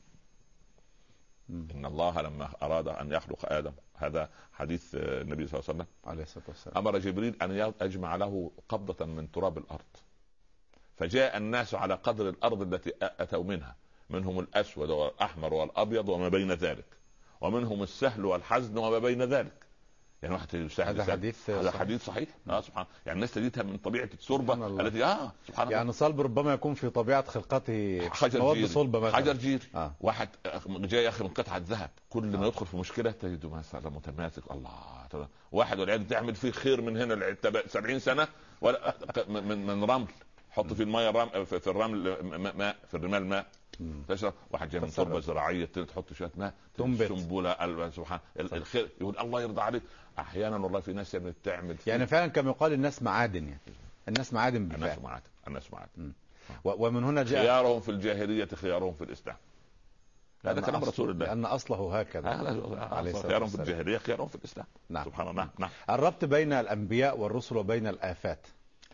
إن الله لما أراد أن يخلق آدم، هذا حديث النبي صلى الله عليه وسلم عليه الصلاة والسلام، أمر جبريل أن يجمع له قبضة من تراب الأرض، فجاء الناس على قدر الأرض التي أتوا منها، منهم الأسود والأحمر والأبيض وما بين ذلك، ومنهم السهل والحزن وما بين ذلك. يعني واحد هذا حديث صحيح. سبحان. يعني الناس تجدها من طبيعة التربة التي سبحان الله. يعني صلب ربما يكون في طبيعة خلقته مواد صلبة مثلا. حجر جيري. واحد جاي يا اخي من قطعة ذهب، كل ما يدخل في مشكلة تجده مثلا متماسك. الله. واحد والعياذ تعمل فيه خير من هنا 70 سنة ولا من رمل، حط في الماء في الرمل ماء، في الرمال ماء، تشرب. واحد جاي من تصرف. تربه زراعيه تحط شويه ماء تنبت. سنبله سبحان الخير، يقول الله يرضى عليك. احيانا والله في ناس يعني بتعمل يعني فعلا كما يقال الناس معادن، يعني الناس معادن بالفعل. الناس معادن. ومن هنا جاء خيارهم في الجاهليه خيارهم في الاسلام. هذا كلام رسول الله، لأن أصله هكذا عليه الصلاة خيارهم في والسلام. الجاهليه خيارهم في الاسلام. نعم. سبحان الله. نعم. الربط بين الأنبياء والرسل وبين الآفات.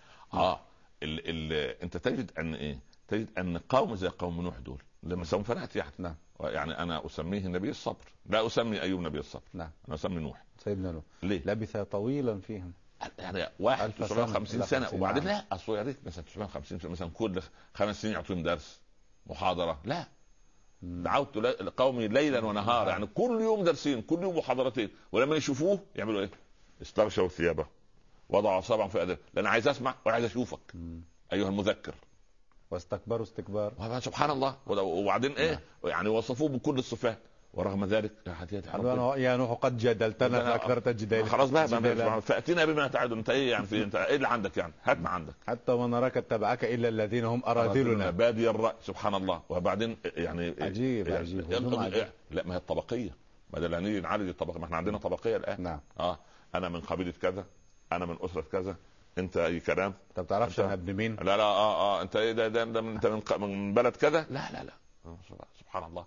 انت تجد ان ايه؟ تجد ان قوم زي قوم نوح دول لما سوف ناتي يعني. نعم. يعني انا اسميه نبي الصبر، لا اسمي ايوب نبي الصبر. نعم. انا اسمي نوح. سيدنا نوح ليه؟ لبث طويلا فيهم يعني واحد 950 سنه، وبعدين نعم. لا اصل يا ريت مثلا 950 سنه مثلا كل 5 سنين يعطيهم درس محاضره، لا. دعوت قومي ليلا ونهارا، يعني كل يوم درسين، كل يوم محاضرتين، ولما يشوفوه يعملوا ايه؟ استغشوا ثيابه وضعوا اصابعهم في اذان، لان عايز اسمع وعايز اشوفك ايها المذكر. واستكبروا استكبار. سبحان الله. وبعدين ايه؟ يعني وصفوه بكل الصفات، ورغم ذلك يا نوح قد جدلتنا فاكثرت جدالك. خلاص بقى فاتنا بما تعد. انت ايه يعني انت ايه اللي عندك يعني؟ هات ما عندك. حتى وما نراك اتبعك الا الذين هم اراذلنا بادي الراي. سبحان الله. وبعدين يعني عجيب. لا ما هي الطبقيه، ما ده نيجي نعالج الطبقيه، ما احنا عندنا طبقيه الان. نعم. انا من قبيله كذا، انا من اسره كذا، انت اي كلام. انت ما بتعرفش انا ابن مين. لا انت ايه ده انت من بلد كذا. لا سبحان الله.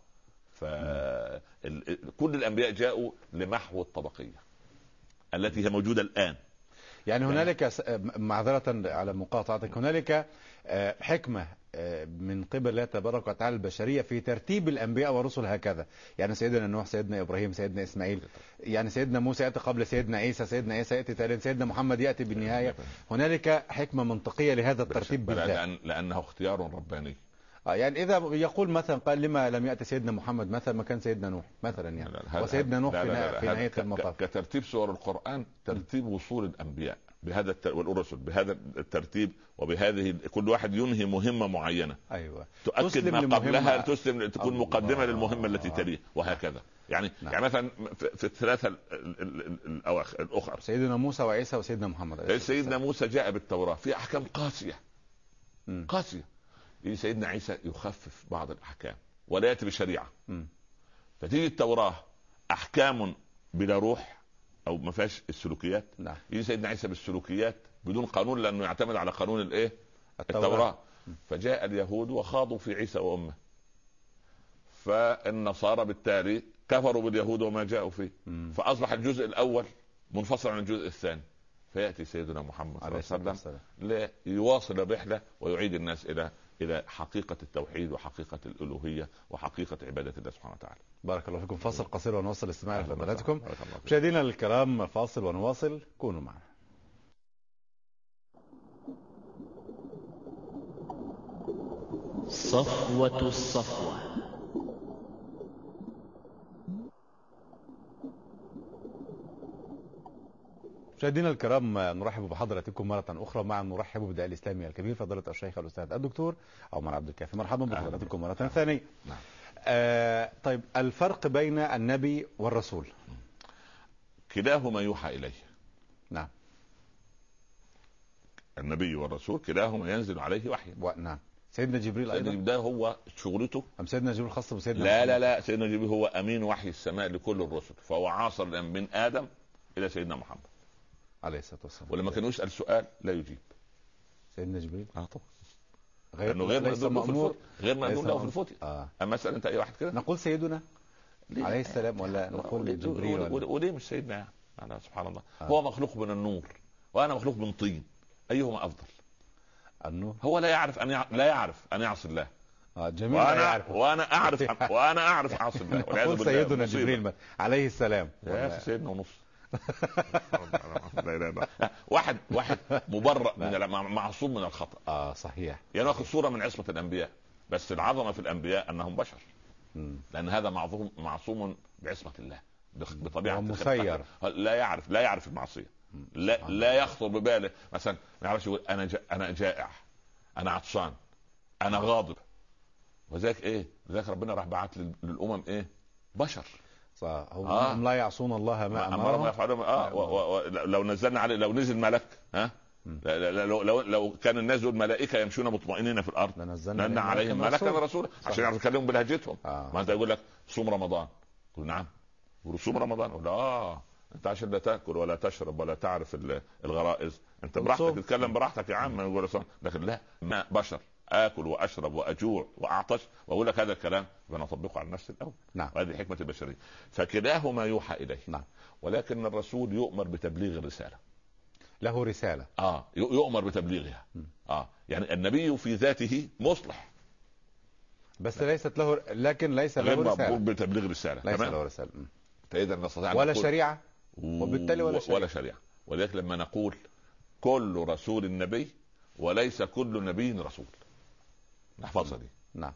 كل الانبياء جاءوا لمحو الطبقيه التي هي موجوده الان. يعني هنالك معذره على مقاطعتك، هنالك حكمه من قبل الله تبارك وتعالى البشريه في ترتيب الانبياء والرسل هكذا. يعني سيدنا نوح، سيدنا ابراهيم، سيدنا اسماعيل، يعني سيدنا موسى ياتي قبل سيدنا عيسى، سيدنا عيسى ياتي ثالثا، سيدنا محمد ياتي بالنهايه. هنالك حكمه منطقيه لهذا الترتيب بالذات، لانه اختيار رباني. يعني إذا يقول مثلا قال لما لم يأتي سيدنا محمد مثلا مكان سيدنا نوح مثلا يعني. وسيدنا نوح في نهاية المطاف كترتيب سور القرآن ترتيب وصول الأنبياء بهذا والرسل بهذا الترتيب، وبهذه كل واحد ينهي مهمة معينة. أيوة. تؤكد ما قبلها، تسلم، تكون مقدمة للمهمة التي تليها، وهكذا. يعني يعني مثلا في الثلاثة الأواخر الأخرى سيدنا موسى وعيسى وسيدنا محمد. سيدنا موسى جاء بالتوراة في أحكام قاسية قاسية. سيدنا عيسى يخفف بعض الأحكام ولا يأتي بشريعة. فتيجي التوراة أحكام بلا روح أو ما فيهاش السلوكيات. نعم. يجي سيدنا عيسى بالسلوكيات بدون قانون، لأنه يعتمد على قانون الإيه؟ التوراة. فجاء اليهود وخاضوا في عيسى وأمه، فالنصارى بالتالي كفروا باليهود وما جاءوا فيه. فأصبح الجزء الأول منفصل عن الجزء الثاني. فيأتي سيدنا محمد صلى الله عليه وسلم ليواصل الرحلة ويعيد الناس إلى حقيقة التوحيد وحقيقة الألوهية وحقيقة عبادة الله سبحانه وتعالى. بارك الله فيكم. فاصل قصير ونواصل الاستماع لفضلاتكم. مشاهدينا الكرام، فاصل ونواصل، كونوا معنا. صفوة الصفوة. مشاهدينا الكرام، نرحب بحضراتكم مرة أخرى. مع نرحب بالداعية الإسلامي الكبير فضيلة الشيخ الأستاذ الدكتور عمر عبد الكافي. مرحبا بحضراتكم مرة ثانية. نعم. طيب، الفرق بين النبي والرسول. كلاهما يوحى إليه. نعم. النبي والرسول كلاهما ينزل عليه وحي. نعم. سيدنا جبريل أيضا ده هو شغلته. أم سيدنا جبريل خاص بسيدنا محمد؟ لا سيدنا جبريل هو أمين وحي السماء لكل الرسل، فهو عاصر من آدم إلى سيدنا محمد عليه الصلاة والسلام. ولما كان يسأل سؤال لا يجيب. سيدنا جبريل طبعا غير مأمور له في الفتية. أما اسأل أنت أي واحد كده نقول سيدنا عليه السلام ولا نقول جبريل وليه مش سيدنا يعني سبحان الله. هو مخلوق من النور وأنا مخلوق من طين، أيهما أفضل؟ النور. هو لا يعرف أن يعصي الله. جميل. وأنا أعرف أعصي الله. نقول سيدنا جبريل عليه السلام. يا سيدنا ونص. واحد مبرأ من معصوم من الخطأ. صحيح. يعني واخد صورة من عصمة الأنبياء، بس العظمة في الأنبياء أنهم بشر. لأن هذا معصوم بعصمة الله بطبيعة مسير. لا يعرف المعصية. لا يخطر بباله مثلا، ما يعرفش يقول أنا جائع، أنا عطشان، أنا غاضب. وذاك ذاك ربنا راح بعت للأمم بشر. هم لا يعصون الله ما امرهم. لو نزلنا عليه، لو نزل ملك لو كان الناس دول ملائكه يمشون مطمئنين في الارض لنزلنا عليهم ملكا رسولا عشان يعرفوا يتكلموا بلهجتهم. ما انت يقول لك صوم رمضان، تقول نعم، رسوم رمضان، ولا انت عشان لا تاكل ولا تشرب ولا تعرف الغرائز، انت براحتك تتكلم براحتك يا عم يقول صوم. لكن لا، ما بشر اكل واشرب واجوع واعطش واقول لك هذا الكلام فنطبقه على نفسي الاول. نعم. وهذه حكمه البشريه. فكلاهما يوحى اليه. نعم. ولكن الرسول يؤمر بتبليغ الرساله، له رساله يؤمر بتبليغها. يعني النبي في ذاته مصلح بس ليست له، لكن ليس له غير رساله، بتبليغ رساله، ليس له رساله. فاذا نستطيع ولا شريعه، وبالتالي ولا شريعه. ولذلك لما نقول كل رسول نبي وليس كل نبي رسول، نحفظها دي. نعم.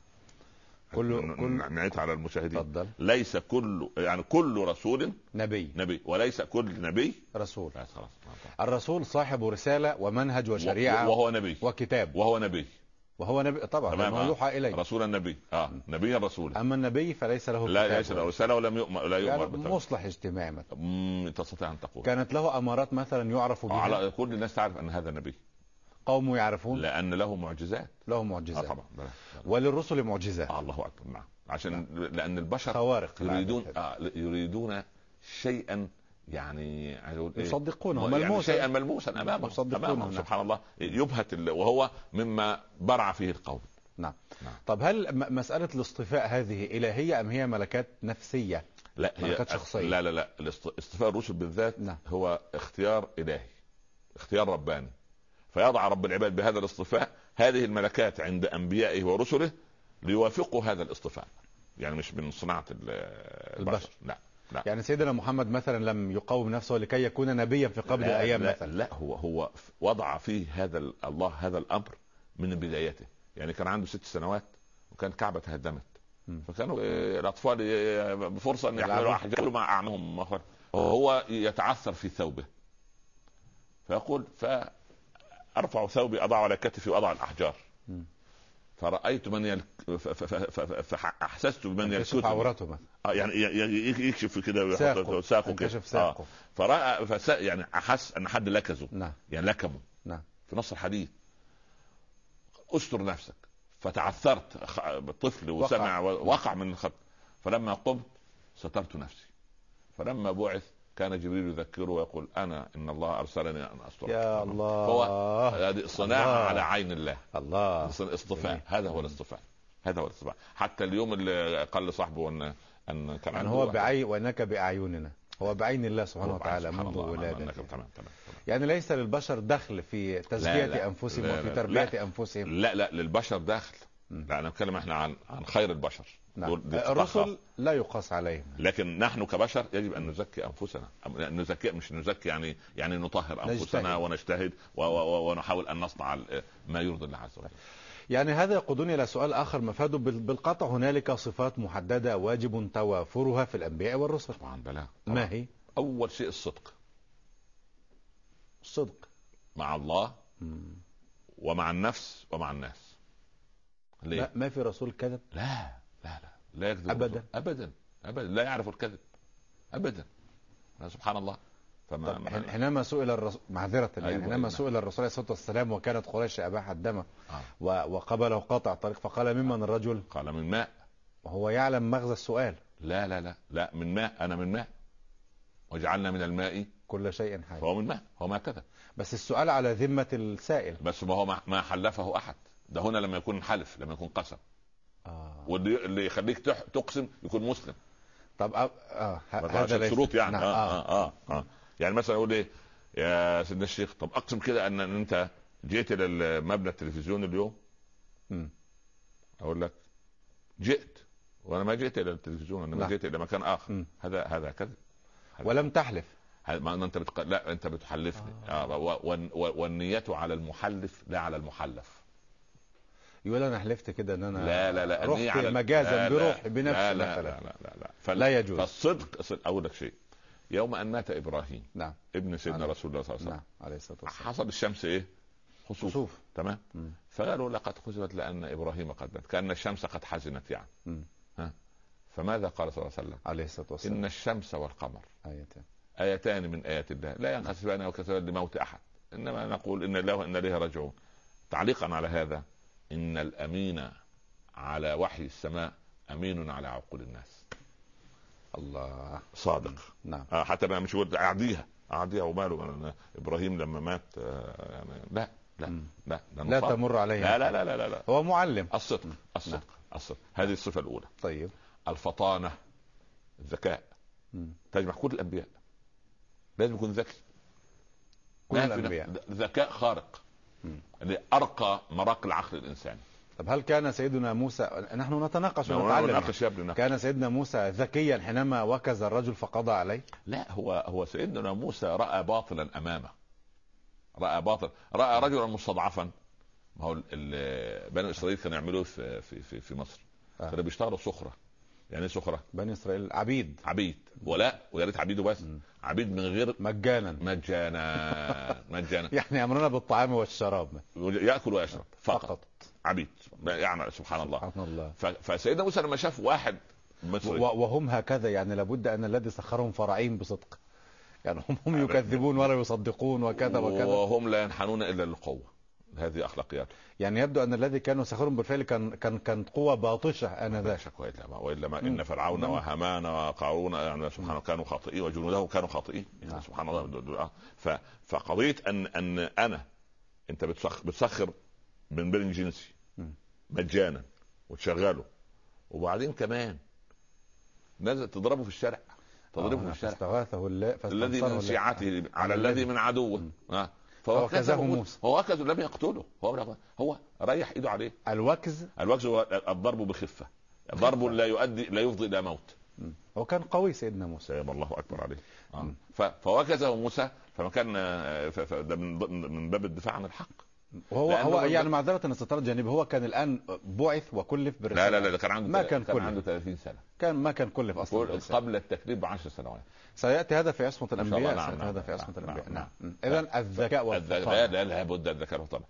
نعيد على المشاهدين. تفضل. ليس كل، يعني كل رسول نبي وليس كل نبي رسول. خلاص. الرسول صاحب رسالة ومنهج وشريعة وهو نبي وكتاب، وهو نبي طبعا يوحى إليه رسول النبي نبي الرسول. أما النبي فليس له لا ليس له رسالة ولم يؤمر، لا يؤمر يعني مصلح اجتماعي مثلا. تستطيع أن تقول كانت له أمارات مثلا يعرف بها، على كل الناس تعرف أن هذا نبي، قوم يعرفون، لأن له معجزات. طبعا. بلا. وللرسل معجزات. الله أكبر. نعم. عشان لأن البشر خوارق يريدون شيئا، يعني يصدقونه ملموسا، شيئا ملموسا امامهم سبحان الله، يبهت وهو مما برع فيه القوم. نعم. طب هل مسألة الاصطفاء هذه إلهية أم هي ملكات نفسية؟ لا، ملكات شخصية. لا اصطفاء الرسل بالذات هو اختيار إلهي، اختيار رباني، فيضع رب العباد بهذا الاصطفاء هذه الملكات عند أنبيائه ورسله ليوافقوا هذا الاصطفاء، يعني مش من صناعة البشر. لا. يعني سيدنا محمد مثلا لم يقوم نفسه لكي يكون نبيا في قبل الأيام مثلا. لا، هو وضع فيه الله هذا الأمر من بدايته. يعني كان عنده 6 سنوات وكان كعبة تهدمت، فكانوا الأطفال بفرصة أن يحملوا أحجار مع أعمهم، وهو يتعثر في ثوبه فيقول فأرفع ثوبي أضع على كتفي وأضع الأحجار، فرأيت من فأحسست بمن يكشف عورته مثلا، يعني يكشف كده ساقه كده، فرأى يعني أحس أن حد لكزه. نعم. يعني لكمه. نعم. في نص الحديث استر نفسك، فتعثرت طفل وسمع وقع من الخط، فلما قمت سترت نفسي، فلما بعث كان جبريل يذكره ويقول أنا إن الله أرسلني أن أسترك. يا الله. هو هذه صناعة على عين الله. الله. اصطفاء. هذا هو الاصطفاء. حتى اليوم اللي قال لصاحبه أن كان عنده هو بعين وإنك بأعيننا، هو بعين الله سبحانه وتعالى منذ ولادته. يعني ليس للبشر دخل في تزكية أنفسهم وفي تربية أنفسهم. لا للبشر دخل. لا، أنا أتكلم إحنا عن خير البشر. نعم. الرسل لا يقاس عليهم، لكن نحن كبشر يجب أن نزكي أنفسنا، مش نزكي يعني نطهر أنفسنا ونجتهد ونحاول أن نصنع ما يرضي الله عز وجل. يعني هذا يقودني إلى سؤال آخر مفاده بالقطع هنالك صفات محددة واجب توافرها في الأنبياء والرسل. طبعا بلا. ما هي؟ أول شيء الصدق مع الله ومع النفس ومع الناس. ليه؟ ما في رسول كذب؟ لا يكذب أبدا. لا يعرف الكذب أبدا. سبحان الله. حينما سئل الرسول معذرة يعني حينما سئل الرسول عليه الصلاة والسلام وكانت قريش أباح الدم وقبله قاطع الطريق، فقال ممن الرجل؟ قال من ماء، وهو يعلم مغزى السؤال. لا من ماء، أنا من ماء وجعلنا من الماء كل شيء حي. فهو من ماء، هو ما كذب. بس السؤال على ذمة السائل. بس ما هو ما حلفه أحد، ده هنا لما يكون حلف، لما يكون قسم. واللي يخليك تقسم يكون مسلم. طب هذا شروط يعني. يعني مثلا اقول ايه يا سيدنا الشيخ، طب اقسم كده ان انت جيت الى مبنى التلفزيون اليوم. اقول لك جئت وانا ما جئت الى التلفزيون، انا جئت الى مكان اخر. هذا كذب. ولم تحلف. ما انت لا انت بتحلفني. والنية على المحلف لا على المحلف. يقول انا حلفت كده ان انا لا رحت على مجازا بروحي بنفسي مثلا. لا يجوز. فالصدق اقول لك شيء، يوم ان مات ابراهيم نعم ابن سيدنا رسول الله صلى الله عليه وسلم عليه الصلاه والسلام، حصل الشمس ايه؟ خسوف. تمام. فقالوا لقد خسفت لان ابراهيم قد مات، كان الشمس قد حزنت يعني. فماذا قال صلى الله عليه وسلم عليه الصلاه والسلام؟ ان الشمس والقمر ايتان من ايات الله لا ينخسفان وكسفان لموت احد انما نقول ان الله وان اليه راجعون. تعليقا على هذا، ان الامين على وحي السماء امين على عقول الناس. الله صادق. نعم. حتى ما مش يقول اعديها وماله ابراهيم لما مات يعني لا تمر عليه. لا هو معلم. الصدق. هذه الصفة الأولى. طيب. الفطانة، الذكاء. تجمع كل الأنبياء، لازم يكون ذكي. كل الأنبياء ذكاء خارق، اللي أرقى مراقي العقل الإنساني. طب هل كان سيدنا موسى، نحن نتناقش ونتعلم، كان سيدنا موسى ذكيا حينما وكز الرجل فقضى عليه؟ لا، هو سيدنا موسى رأى باطلا أمامه، رأى رجلا مستضعفا. ما هو بني إسرائيل كانوا يعملوه في مصر، كانوا بيشتغلوا صخرة. يعني صخرة بني إسرائيل عبيد ولا ويا ريت عبيد وبس، عبيد من غير مجانا يعني أمرنا بالطعام والشراب، يأكل ويشرب فقط. عبيد يعني سبحان الله. فسيدنا موسى لما شاف واحد مصري وهم هكذا، يعني لابد أن الذي سخرهم فراعين بصدق، يعني هم يكذبون ولا يصدقون وكذا وهم لا ينحنون إلا للقوة. هذه أخلاقيات. يعني يبدو أن الذي كانوا سخرهم بالفعل كانت قوة باطشة آنذاك. وإلا ما إن فرعون وهامان وقارون يعني سبحان الله كانوا خاطئين وجنوده كانوا خاطئين يعني سبحان الله. فقضية أن أنت بتسخر من بين جنسي مجانا وتشغله، وبعدين كمان نازل تضربه في الشارع، فاستغاثه الذي من شيعته على الذي من عدوه. فوكزه موسى. هو وكزه لم يقتله، هو ريح ايده عليه. الوكز هو الضرب بخفه، ضرب لا يفضي الى موت. هو كان قوي سيدنا موسى، الله اكبر عليه. فوكزه موسى، فما كان ده من باب الدفاع عن الحق. هو يعني معذرة الستار الجانبي، هو كان الآن بعث وكلف برسالة. لا كان عنده 30 سنة. ما كان كلف أصلا قبل التكليف ب10 سنوات. سيأتي هذا في عصمة الأنبياء. نعم. إذن الذكاء والفطانة لا بد الذكاء والفطانة.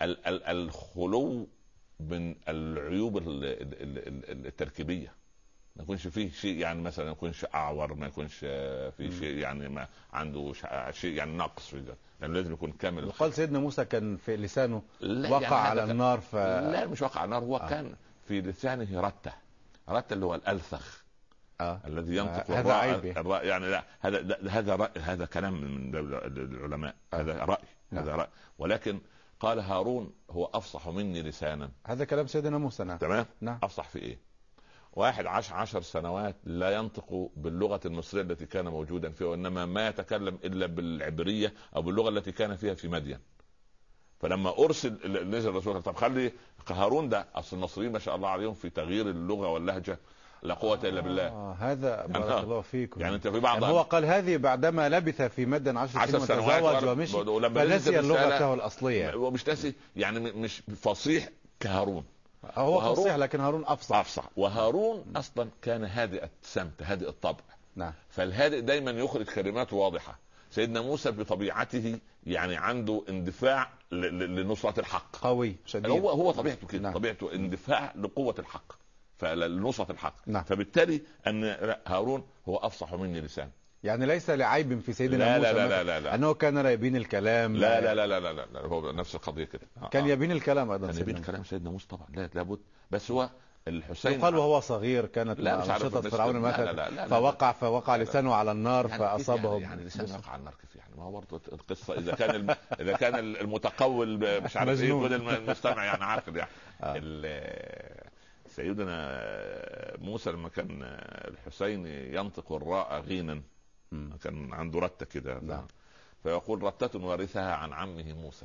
الخلو من العيوب التركيبية، ما يكونش فيه شيء يعني مثلا ما يكونش اعور، ما يكونش في شيء يعني ما عنده شيء يعني ناقص في ذلك، يعني لازم يكون كامل. وقال سيدنا موسى كان في لسانه وقع يعني على النار لا مش وقع على النار، هو كان في لسانه رتة اللي هو الألثخ الذي ينطق هذا عيب يعني لا هذا كلام من العلماء. هذا رأي ولكن قال هارون هو أفصح مني لسانا. هذا كلام سيدنا موسى. تمام. أفصح في إيه؟ واحد 10 سنوات لا ينطق باللغة المصرية التي كان موجودا فيها، وإنما ما يتكلم إلا بالعبرية أو باللغة التي كان فيها في مدين. فلما أرسل نزل الرسول، طب خلي هارون ده، أصل المصريين ما شاء الله عليهم في تغيير اللغة واللهجة لا قوة إلا بالله. هذا بارك الله فيكم. يعني أنت في بعض هو قال هذه بعدما لبث في مدين 10 سنوات وتزوج ومشي فنسي لغته الأصلية، ومش ناسي يعني مش فصيح كهارون. هو فصيح لكن هارون أفصح. وهارون أصلا كان هادئ السمت، هادئ الطبع. نعم. فالهادئ دايما يخرج كلمات واضحة. سيدنا موسى بطبيعته يعني عنده اندفاع لنصرة الحق، قوي شديد. هو طبيعته كده. نعم. طبيعته اندفاع لقوة الحق، فلنصرة الحق. نعم. فبالتالي أن هارون هو أفصح مني لسان. يعني ليس لعيب في سيدنا موسى لا أنه كان لا يبين الكلام. لا هو نفس القضية كده. كان يبين الكلام أيضا. كان يبين الكلام سيدنا موسى طبعا، لابد. بس هو الحسين يقال وهو صغير كانت أنشطة فرعون مثلا فوقع لسانه على النار يعني فأصابه. يعني لسانه وقع على النار كيف يعني؟ ما هو برضه القصة إذا كان المتقول مش عارف إيه كل المستمع يعني عاقل يعني. سيدنا موسى لما كان الحسين ينطق الراء غينا، كان عنده رتة كده، فيقول رتة ورثها عن عمه موسى.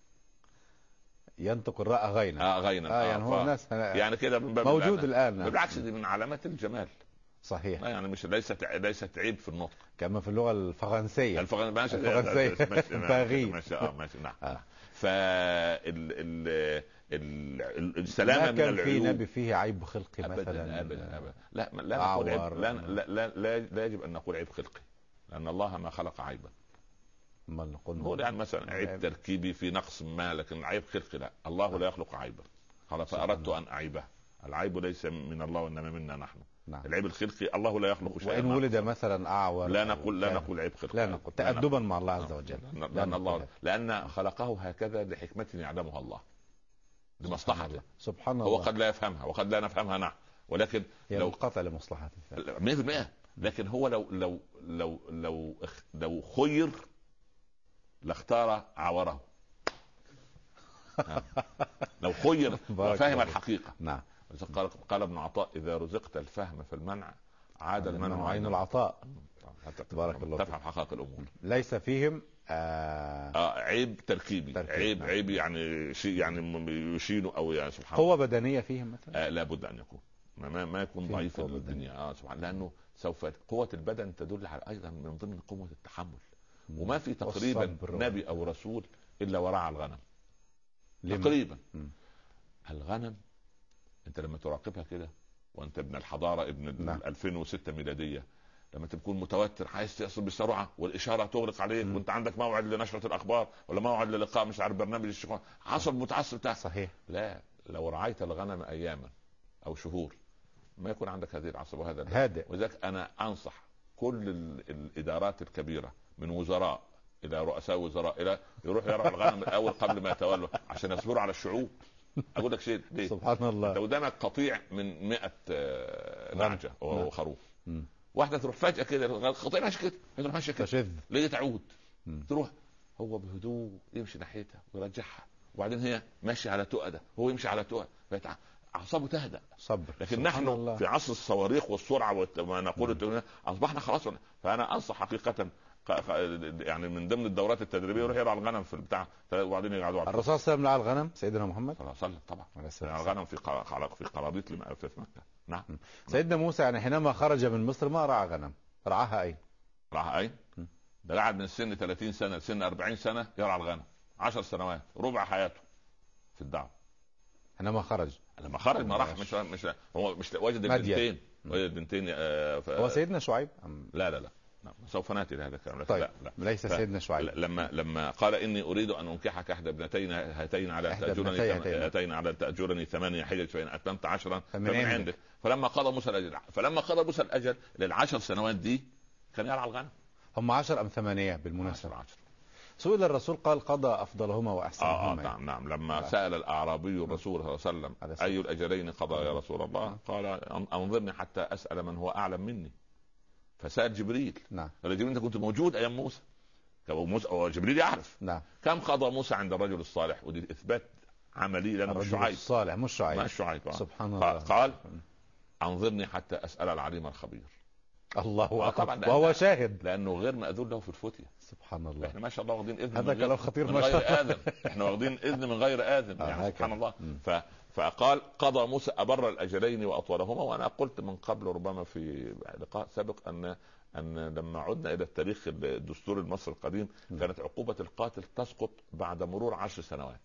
ينطق الراء غينا. غينا. يعني هو ناس يعني كده موجود الآن. بالعكس دي من علامات الجمال. صحيح. يعني مش ليست عيب في النطق. كما في اللغة الفرنسية. الفرنسية. ماشي. نعم. السلامة من العيوب. كان في نبي فيه عيب خلقي مثلا؟ أبدا. لا نقول عيب. لا يجب أن نقول عيب خلقي، لأن الله ما خلق عيبا. هو يعني مثلا عيب تركيبي في نقص ما، لكن عيب خلقي لا. الله لا يخلق عيبا. قال فأردت أن أعيبه. العيب ليس من الله وإنما منا نحن. نعم. العيب الخلقي الله لا يخلق شيئا. وإن ولد مثلا أعور لا نقول عيب خلقي، لا نقول تأدبا مع الله عز وجل، لأن خلقه هكذا لحكمة يعلمها الله، لمصلحته سبحان الله. هو قد لا يفهمها وقد لا نفهمها نحن، ولكن لو قطع لمصلحته 100%. لكن هو لو خير لاختار عوره. لو خير وفهم الحقيقة. نعم. قال ابن عطاء: إذا رزقت الفهم في المنع عاد المنع عين العطاء. تبارك الله، تفهم حقائق الأمور. ليس فيهم عيب تركيبي. عيب يعني شيء يعني يشين او يعني سبحان الله. قوة بدنية فيهم مثلا لابد ان يكون ما يكون ضعيف الدنيا. سبحان، لانه سوف قوة البدن تدل على ايضا من ضمن قوة التحمل. وما في تقريبا نبي او رسول الا ورعى الغنم تقريبا. الغنم انت لما تراقبها كده وانت ابن الحضارة ابن 2006 ميلادية، لما تكون متوتر عايز تصل بسرعه والاشاره تغلق عليك وانت عندك موعد لنشره الاخبار ولا موعد للقاء مش عارف برنامج الشيخ، عصب متعصب بتاع. صحيح. لا، لو رعيت الغنم اياما او شهور ما يكون عندك هذه العصب وهذا هادئ. وذلك انا انصح كل الادارات الكبيره من وزراء الى رؤساء وزراء الى يروح يرعى الغنم الاول قبل ما يتولوا عشان يصبروا على الشعوب. اقول لك شيء ليه؟ سبحان الله. انت قدامك قطيع من 100 نعجه وخروف، واحده تروح فجاه كده خطير ماشي كده تروح ماشيه كده ليه تعود تروح هو بهدوء يمشي ناحيتها ويرجعها، وبعدين هي ماشيه على تؤده هو يمشي على تؤده، اعصابه تهدأ. صبر. لكن نحن الله. في عصر الصواريخ والسرعه وما نقول اصبحنا خلاص. فانا انصح حقيقه يعني من ضمن الدورات التدريبيه يروح يرعى الغنم في البتاع وبعدين يقعدوا على الرسول صلى الله عليه وسلم الغنم سيدنا محمد صلى الله عليه وسلم طبعا الغنم في قرابيط في مكه. نعم. سيدنا موسى يعني حينما خرج من مصر ما رعى غنم، رعاها اين؟ رعاها اين؟ ده قعد من سن 30 سنه لسن 40 سنه يرعى الغنم 10 سنوات ربع حياته في الدعوه. حينما خرج لما خرج ما راح مش هو مش وجد البنتين وجد بنتين هو سيدنا شعيب لا نعم. سوف ناتي لهذا الكلام. طيب. لا. ليس سيدنا شعيب. لما قال اني اريد ان انكحك احدى ابنتين هاتين على تاجرني 8 حجج فان اتممت 10 فمن عندك. فلما قضى موسى الاجل لل10 سنوات دي كان يرعى الغنم. هم 10 ام 8 بالمناسبه؟ 10. سئل الرسول قال قضى افضلهما واحسنهما. نعم. لما سال الاعرابي الرسول صلى الله عليه وسلم اي الاجلين قضى يا رسول الله؟ قال انظرني حتى اسال من هو اعلم مني. فسأل جبريل. نعم. جبريل انت كنت موجود ايام موسى وجبريل يعرف. نعم. كم قضى موسى عند الرجل الصالح؟ ودي اثبات عملي لانه الرجل الصالح مش شعيب. سبحان الله. قال انظرني حتى اسال العليم الخبير. الله اكبر. وهو شاهد لانه غير ماذون له في الفتية. سبحان الله. احنا ما شاء الله واخدين اذن هذا كلام خطير من غير اذن. احنا واخدين اذن من غير اذن يعني سبحان الله. فقال قضى موسى أبر الأجلين وأطولهما. وأنا قلت من قبل ربما في لقاء سابق أن لما عدنا إلى التاريخ الدستور المصري القديم كانت عقوبة القاتل تسقط بعد مرور 10 سنوات.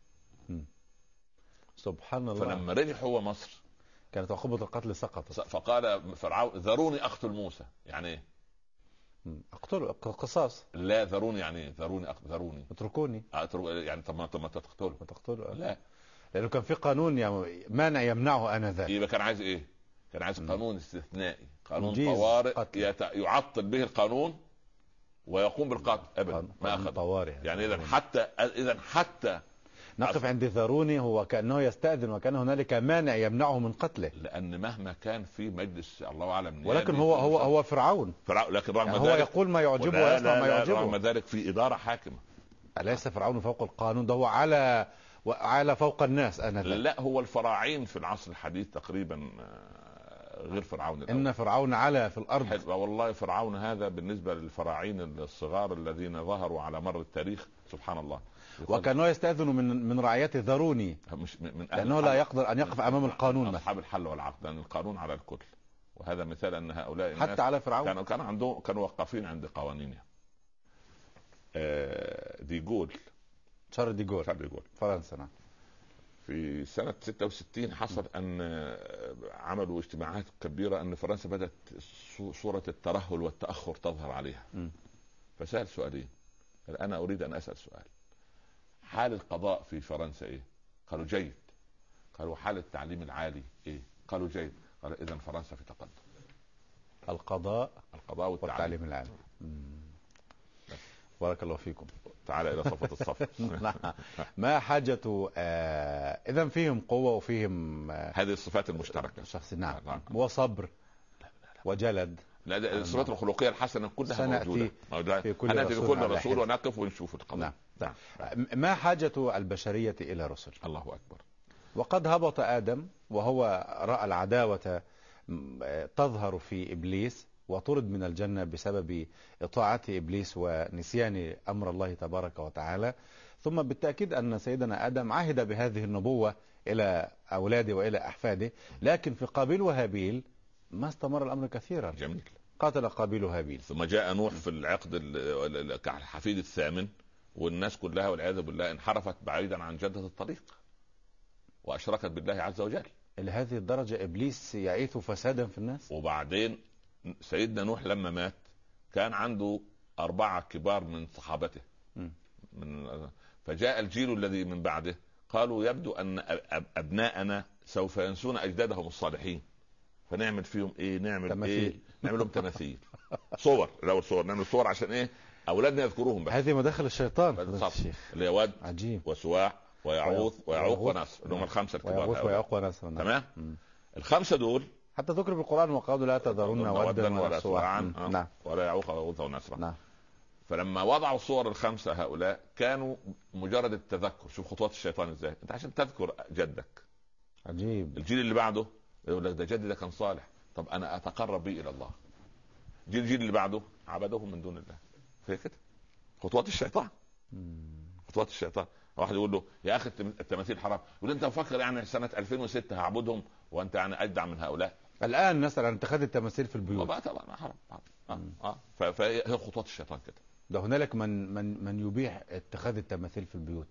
سبحان الله. فلما رجع هو مصر كانت عقوبة القتل سقطت. فقال فرعون ذروني أقتل موسى. يعني إيه؟ اقتلوا قصاص. لا ذروني يعني ذروني اتركوني. يعني طب ما تقتله. لا، لأنه كان في قانون مانع يمنعه آنذاك. يبقى كان عايز ايه؟ كان عايز قانون استثنائي، قانون طوارئ يعطل به القانون ويقوم بالقتل. ابدا ما اخذ طوارئ. يعني اذا حتى نقف عند ذروني هو كأنه يستأذن وكان هنالك مانع يمنعه من قتله. لأن مهما كان في مجلس الله أعلم ولكن هو فرعون. لكن رغم يعني هو يقول ما يعجبه ويصنع ما يعجبه. رغم ذلك في إدارة حاكمة. أليس فرعون فوق القانون؟ ده هو على فوق الناس. لا، هو الفراعين في العصر الحديث تقريبا غير فرعون الأول. إن فرعون علا في الأرض. والله فرعون هذا بالنسبة للفراعين الصغار الذين ظهروا على مر التاريخ سبحان الله. وكانوا يستأذنوا من رعيته ذروني، مش من لأنه لا يقدر أن يقف أمام القانون. أصحاب الحل والعقد، لأن القانون على الكل. وهذا مثال أن هؤلاء الناس حتى على فرعون كانوا واقفين عند قوانينها. ديغول شارل ديغول فرنسا. في سنة 66 حصل أن عملوا اجتماعات كبيرة أن فرنسا بدأت صورة الترهل والتأخر تظهر عليها. فسأل سؤالين. قال أنا أريد أن أسأل سؤال: حال القضاء في فرنسا إيه؟ قالوا جيد. قالوا حال التعليم العالي إيه؟ قالوا جيد. قال اذا فرنسا في تقدم. القضاء والتعليم العالي. بارك الله فيكم. تعالى الى صفة الصف. ما حاجة اذا فيهم قوة وفيهم هذه الصفات المشتركة شخص. نعم. وصبر وجلد. لا الصفات الخلقية الحسنة كلها موجودة في كل هنأتي بكل رسول رسول ونقف ونشوف القضاء. نعم. ما حاجة البشرية إلى رسل؟ الله أكبر. وقد هبط آدم وهو رأى العداوة تظهر في إبليس وطرد من الجنة بسبب إطاعة إبليس ونسيان أمر الله تبارك وتعالى. ثم بالتأكيد أن سيدنا آدم عهد بهذه النبوة إلى أولاده وإلى أحفاده، لكن في قابيل وهابيل ما استمر الأمر كثيرا. جميل. قاتل قابيل وهابيل. ثم جاء نوح في العقد الحفيد الثامن، والناس كلها والعياذ بالله انحرفت بعيدا عن جدة الطريق وأشركت بالله عز وجل. إلى هذه الدرجة إبليس يعيث فسادا في الناس. وبعدين سيدنا نوح لما مات كان عنده 4 كبار من صحابته فجاء الجيل الذي من بعده قالوا يبدو أن أبناءنا سوف ينسون أجدادهم الصالحين، فنعمل فيهم إيه؟ نعمل لهم تماثيل. صور، الأول صور، نعمل صور عشان إيه؟ أولادنا يذكروهم بس. هذه مداخل الشيطان اللي هي ود عجيب وسواع ويعوث ونصر، اللي هم الخمسة الكبار. ويعوق ونصر. تمام. الخمسة دول حتى ذكر في القرآن وقالوا لا تذرن ودا ولا سواعا ولا يعوق ويعوث ونصر. نعم. فلما وضعوا الصور الخمسة هؤلاء كانوا مجرد التذكر. شوف خطوات الشيطان ازاي، انت عشان تذكر جدك. عجيب. الجيل اللي بعده يقول لك ده جدي ده كان صالح، طب انا اتقرب به الى الله. الجيل اللي بعده عبدهم من دون الله. في كده خطوات الشيطان. خطوات الشيطان. واحد يقول له يا اخي التماثيل حرام، يقول انت مفكر يعني سنة 2006 هعبدهم وانت يعني اجدع من هؤلاء؟ الان نسأل عن اتخاذ التماثيل في البيوت. طبعا حرام. فهي خطوات الشيطان كده. ده هنالك من يبيح اتخاذ التماثيل في البيوت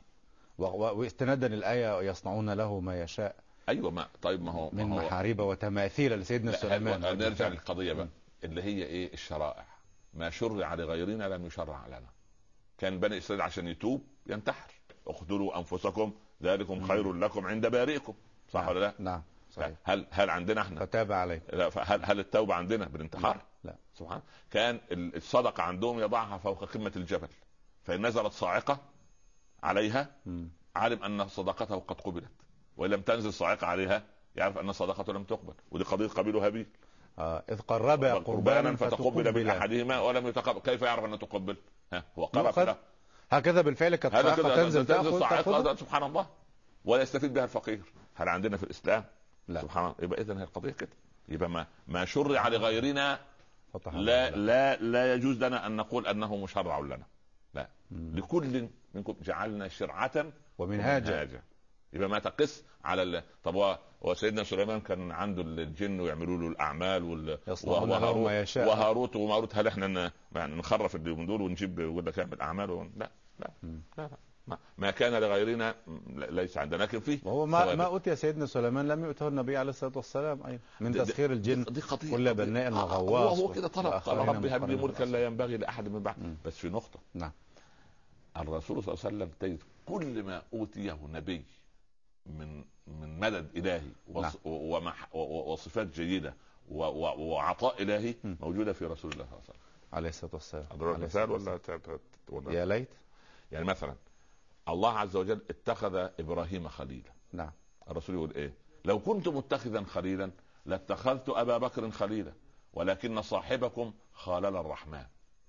واستنادا الآية يصنعون له ما يشاء. ايوه ما طيب ما هو من محاريب وتماثيل لسيدنا سليمان. نرجع للقضية بقى اللي هي ايه؟ الشرائع. ما شرع لغيرنا لم يشرع لنا. كان بني اسرائيل عشان يتوب ينتحر، اقتلوا انفسكم ذلكم خير لكم عند بارئكم، صح ولا لا؟ نعم صحيح. هل عندنا احنا فتاب عليه؟ لا. هل التوبة عندنا بالانتحار؟ لا. سبحان. كان الصدقة عندهم يضعها فوق قمة الجبل، فإن نزلت صاعقة عليها علم أن صدقته قد قبلت، وإن لم تنزل صاعقة عليها يعرف أن صدقته لم تقبل. ودي قضية قابيل وهابيل. إذ قربا قربانا فتقبل من أحدهما ولم يتقبل. كيف يعرف أن تقبل؟ هو قرب هكذا بالفعل كانت صاعقة تنزل تأخذ. سبحان الله. ولا يستفيد بها الفقير. هل عندنا في الإسلام؟ لا. سبحان الله. يبقى إذن هي القضية كده. يبقى ما شرع لغيرنا لا يجوز لنا أن نقول أنه مشرع لنا. لا. لكل منكم جعلنا شرعة ومنهاجا. يبقى ما تقس على طب وسيدنا سليمان كان عنده الجن ويعملوا له الأعمال وهاروت وماروت. هل احنا يعني نخرف اليومين دول ونجيب يقول لك اعمل أعمال؟ لا لا لا. ما كان لغيرنا ليس عندنا. لكن فيه وهو ما أوتي سيدنا سليمان لم يؤته النبي عليه الصلاة والسلام أيضا من تسخير الجن. دي قضية كل بناء وغواص. هو كده طلب قال ربي هب لي ملكا لا ينبغي لأحد من بعد. بس في نقطة. نعم. الرسول صلى الله عليه وسلم تجد كل ما أوتيه نبي من مدد إلهي وصفات جيدة وعطاء إلهي موجودة في رسول الله صلى الله عليه وسلم عليه الصلاة والسلام. أضرب مثال ولا يا ليت. يعني مثلا الله عز وجل اتخذ إبراهيم خليلا. نعم. الرسول يقول إيه؟ لو كنت متخذا خليلا لاتخذت أبا بكر خليلا ولكن صاحبكم خالل الرحمن.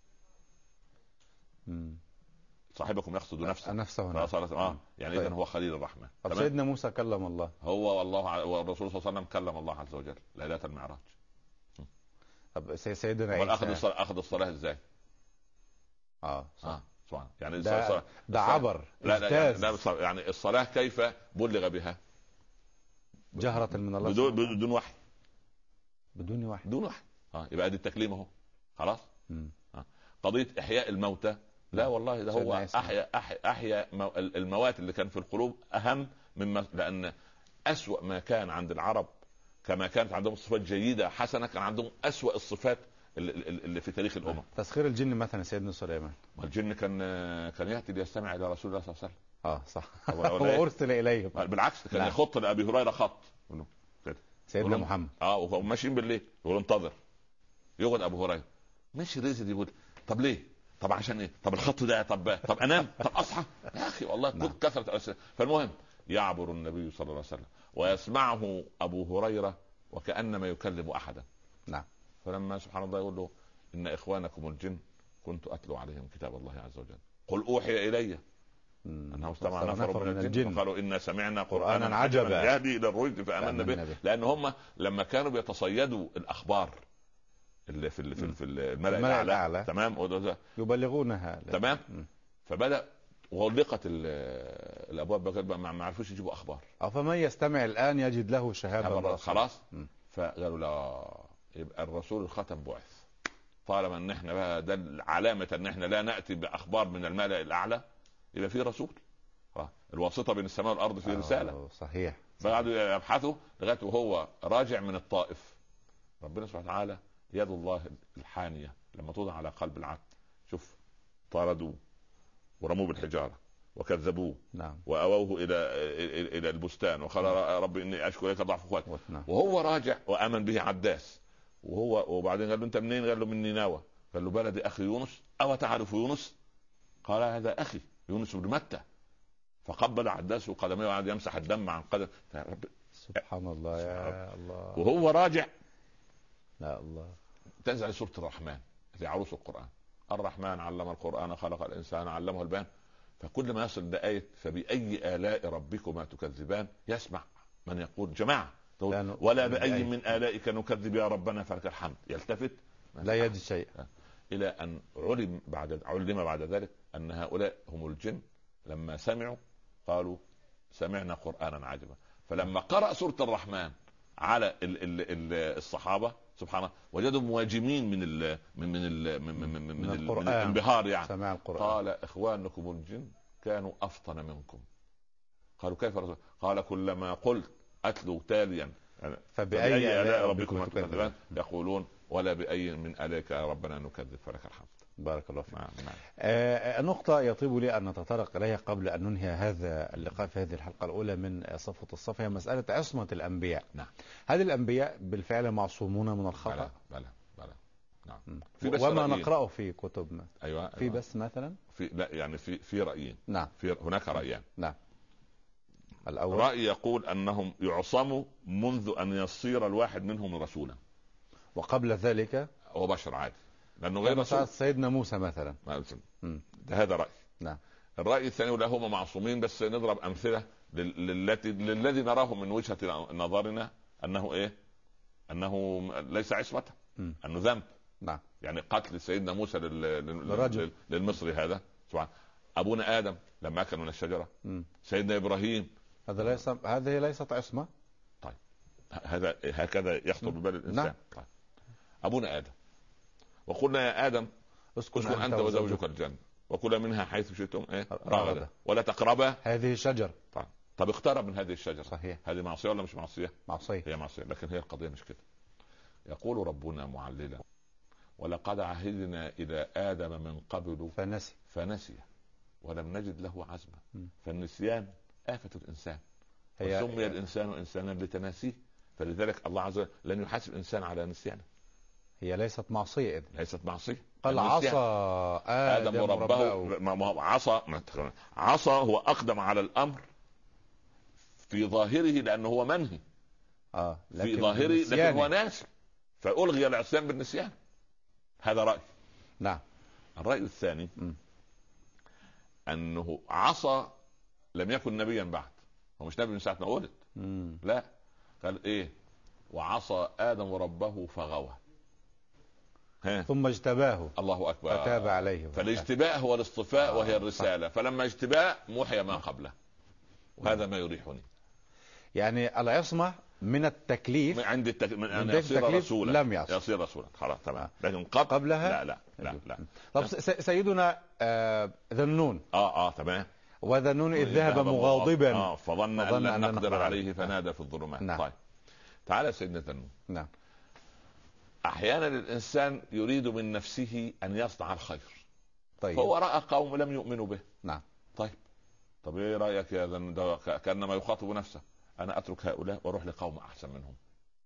صاحبكم يقصد نفسه. يعني طيب. إذن هو خليل الرحمن. طب سيدنا موسى كلم الله. هو والله والرسول صلى الله عليه وسلم كلم الله عز وجل ليلة المعراج. طب سيدنا عيسى أخذ الصلاة إزاي؟ صح. يعني ده عبر. لا يعني الصلاة كيف بلغ بها؟ جهرة من الله بدون وحي. بدون وحي. يبقى دي التكليم اهو. خلاص. قضية إحياء الموتى لا والله ده هو أحيا الموات اللي كان في القلوب أهم مما، لأن أسوأ ما كان عند العرب كما كانت عندهم صفات جيدة حسنة كان عندهم أسوأ الصفات اللي في تاريخ الأمم. تسخير الجن مثلا سيدنا سليمان. والجن كان يأتي ليستمع إلى رسول الله صلى الله عليه وسلم. صح. هو أرسل إليه. بالعكس كان يخط لأبي هريرة خط سيدنا محمد وماشيين بالليل يقول انتظر. يقعد ابو هريره ماشي ريزد يقول طب ليه؟ طب عشان ايه؟ طب الخط ده، طب انام، طب اصحى يا اخي والله. نعم. كثره الاسئله. فالمهم يعبر النبي صلى الله عليه وسلم ويسمعه ابو هريره وكانما يكلم احدا. نعم. فلما سبحان الله يقول له ان اخوانكم الجن كنت اتلو عليهم كتاب الله عز وجل قل اوحي الي انه استمع نفر من الجن فقالوا انا سمعنا قرانا عجبا يهدي الى الرشد فامنا به. لان هم لما كانوا بيتصيدوا الاخبار اللي في الملأ الاعلى تمام يبلغونها تمام. فبدأ وغلقت الابواب ما عرفوش يجيبوا اخبار. فمن يستمع الان يجد له شهاده خلاص. فقالوا لا، يبقى الرسول الختم بعث. طالما ان احنا بقى ده علامه ان احنا لا ناتي باخبار من الملأ الاعلى، يبقى في رسول. الواسطه بين السماء والارض في رساله. صحيح. فقعدوا يبحثوا لغايه وهو راجع من الطائف. ربنا سبحانه وتعالى يد الله الحانيه لما توضع على قلب العبد. شوف، طاردوه ورموه بالحجاره وكذبوه. نعم. واووه الى البستان وقال رب اني اشكو اليك ضعف اخواتي. وهو راجع وامن به عداس. وبعدين قال له انت منين؟ قال له من نينوى. قال له بلد اخي يونس. او تعرف يونس؟ قال هذا اخي يونس بن متى. فقبل عداس قدميه وقعد يمسح الدم عن قدم. سبحان الله يا الله. وهو راجع لا الله تنزل سورة الرحمن في عروس القرآن. الرحمن علم القرآن خلق الإنسان علمه البيان. فكل ما يصل لآية فبأي آلاء ربكما تكذبان يسمع من يقول جماعة ولا بأي من آلائك نكذب يا ربنا فلك الحمد. يلتفت لا يجد شيء. إلى أن علم بعد ذلك أن هؤلاء هم الجن. لما سمعوا قالوا سمعنا قرآنا عجبا. فلما قرأ سورة الرحمن على الصحابة سبحان الله وجدوا مواجمين من الانبهار يعني. سمع القرآن. قال اخوانكم الجن كانوا افطن منكم. قالوا كيف رسول؟ قال كلما قلت اتلو تاليا فبأي آلاء ربكم تكذبان يقولون ولا بأي من آلائك ربنا نكذب فلك الحمد. بارك الله فيك. نقطة يطيب لي أن نتطرق إليها قبل أن ننهي هذا اللقاء في هذه الحلقة الأولى من صفوة الصف، هي مسألة عصمة الأنبياء. نعم. هل الأنبياء بالفعل معصومون من الخطأ؟ بلى. نعم. وما نقرأه في كتب أيوة. في بس مثلا لا يعني في رأيين. نعم. هناك رأيان. نعم. الأول رأي يقول أنهم يعصموا منذ أن يصير الواحد منهم رسولا، وقبل ذلك هو بشر عادي لأنه غير رسول. سيدنا موسى مثلا. هذا رأي. نعم. الرأي الثاني لا هم معصومين، بس نضرب أمثلة للذي نراه من وجهة نظرنا أنه إيه؟ أنه ليس عصمة، أنه ذنب. نعم. يعني قتل سيدنا موسى للرجل للمصري هذا سبحان. أبونا آدم لما أكل من الشجرة. سيدنا إبراهيم هذه ليست عصمة. طيب هذا هكذا يخطر ببال الإنسان. نعم. طيب. أبونا آدم وقلنا يا آدم اسكن أنت وزوجك الجنة وكل منها حيث شئتم رغدا ولا تقربا هذه الشجرة. طب اقترب من هذه الشجرة. صحيح. هذه معصية ولا مش معصية؟ معصية. هي معصية، لكن هي القضية مش كده. يقول ربنا معللا ولقد عهدنا إلى آدم من قبل فنسي ولم نجد له عزما. فالنسيان آفة الإنسان، وسمي الإنسان إنسانا لتناسيه. فلذلك الله عز وجل لن يحاسب الإنسان على نسيانه. هي ليست معصية إذن. ليست معصية. قال عصى آدم ربه. عصى هو أقدم على الأمر في ظاهره لأنه هو منهي. في ظاهره لكن هو ناسي، فألغي العصيان بالنسيان. هذا رأي. نعم. الرأي الثاني أنه عصى لم يكن نبيا بعد، هو مش نبي من ساعة ما ولد. لا، قال إيه؟ وعصى آدم ربه فغوى ثم اجتباه الله أكبر فتاب عليه. فالاجتباء هو الاصطفاء وهي الرسالة. فلما اجتباء محي ما قبله، وهذا ما يريحني. يعني العصمة من التكليف عند أن يصير رسولا لم يصير رسولا خلاص تمام. لكن قبلها لا. طب سيدنا ذنون تمام. وذنون إذ ذهب مغاضبا فظن أن لن نقدر عليه فنادى في الظلمات. نعم. طيب تعالى سيدنا ذنون. نعم. أحيانا الإنسان يريد من نفسه أن يصنع الخير. طيب. فهو رأى قوم لم يؤمنوا به. نعم. طب إيه رأيك يا ذنون؟ كأنما يخاطب نفسه، أنا أترك هؤلاء وأروح لقوم أحسن منهم.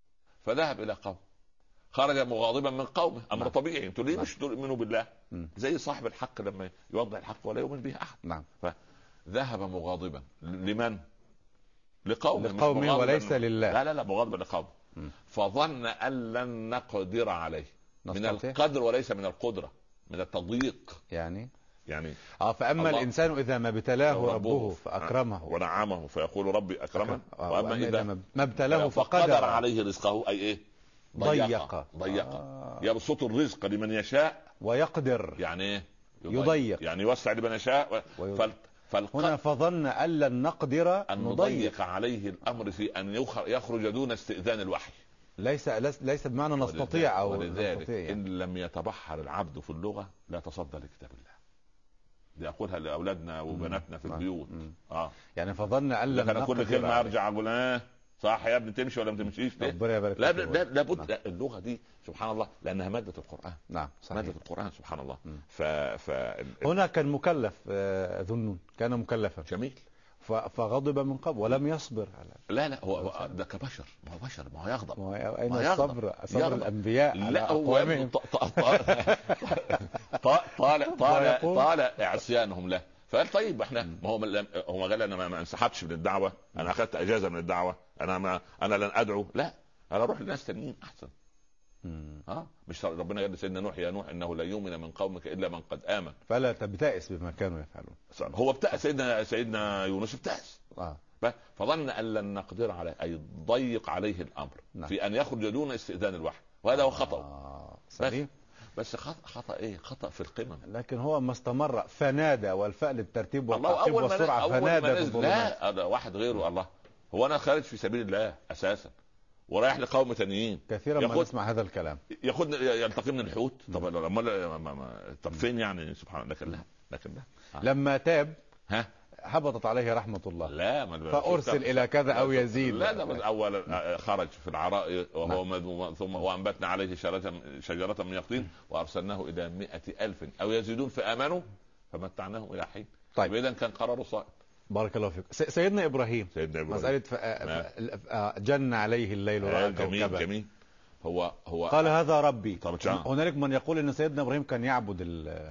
فذهب الى قوم، خرج مغاضبا من قومه، امر طبيعي، انتوا ليه مش تؤمنوا بالله؟ زي صاحب الحق لما يوضح الحق ولا يؤمن به احد. نعم. فذهب مغاضبا لمن؟ لقومه وليس لله. لا مغاضبا لقومه. فظن ان لن نقدر عليه، من القدر وليس من القدره، من التضييق يعني الله فاما الانسان اذا ما ابتلاه ربه فاكرمه ونعمه فيقول ربي اكرمن، واما اذا ما ابتلاه فقدر عليه رزقه، اي ايه؟ ضيق. يبسط الرزق لمن يشاء ويقدر، يعني ايه؟ يضيق، يعني يوسع لمن يشاء. هنا فظن ان لن نقدر ان نضيق عليه الامر في ان يخرج دون استئذان الوحي. ليس بمعنى نستطيع او ولذلك ان لم يتبحر العبد في اللغه لا تصدى لكتاب الله. دي اقولها لاولادنا وبناتنا في البيوت. يعني فظن ان لن نقدر. كل كلمه ارجع اقول صح يا ابني، تمشي ولا ما تمشيش؟ لا لابد. اللغه دي سبحان الله لانها ماده القران. نعم صحيح. ماده القران سبحان الله. هنا كان مكلف، ذنون كان مكلفا. جميل. فغضب من قبل ولم يصبر على. لا هو ده كبشر، ما هو بشر، ما هو يغضب. اين الصبر؟ صبر الانبياء. لا هو طال اعصيانهم له، فقال طيب احنا ما هو قال انا ما انسحبتش من الدعوه، انا اخذت اجازه من الدعوه، انا لن ادعو، لا انا اروح لناس تانيين احسن. مش ربنا قال لسيدنا نوح يا نوح انه لا يؤمن من قومك الا من قد امن فلا تبتئس بما كانوا يفعلون. هو ابتأس، سيدنا يونس ابتأس. فظن ان لن نقدر عليه، اي ضيق عليه الامر في ان يخرج دون استئذان الوحي، وهذا هو خطأ. بس خطأ ايه؟ خطأ في القمم. لكن هو ما استمر فنادى، والفاء للترتيب والترتيب والسرعه، فنادى. لا هذا واحد غيره. الله هو انا خارج في سبيل الله اساسا ورايح لقوم ثانيين. كثيرا ما نسمع هذا الكلام، يلتقي من الحوت. طب فين يعني؟ سبحان الله. لكن لا لما تاب هبطت عليه رحمة الله. لا فأرسل إلى كذا أو يزيد. لا أول خرج في العراء وهو مذموم، ثم وأنبتنا عليه شجرة من يقطين وأرسلناه إلى 100,000 أو يزيدون فآمنوا فمتعناهم إلى حين. طيب إذا كان قراره صائب. بارك الله فيك. سيدنا إبراهيم مسألة جن عليه الليل ورأى كوكبا. جميل. هو قال هذا ربي. هنالك من يقول إن سيدنا إبراهيم كان يعبد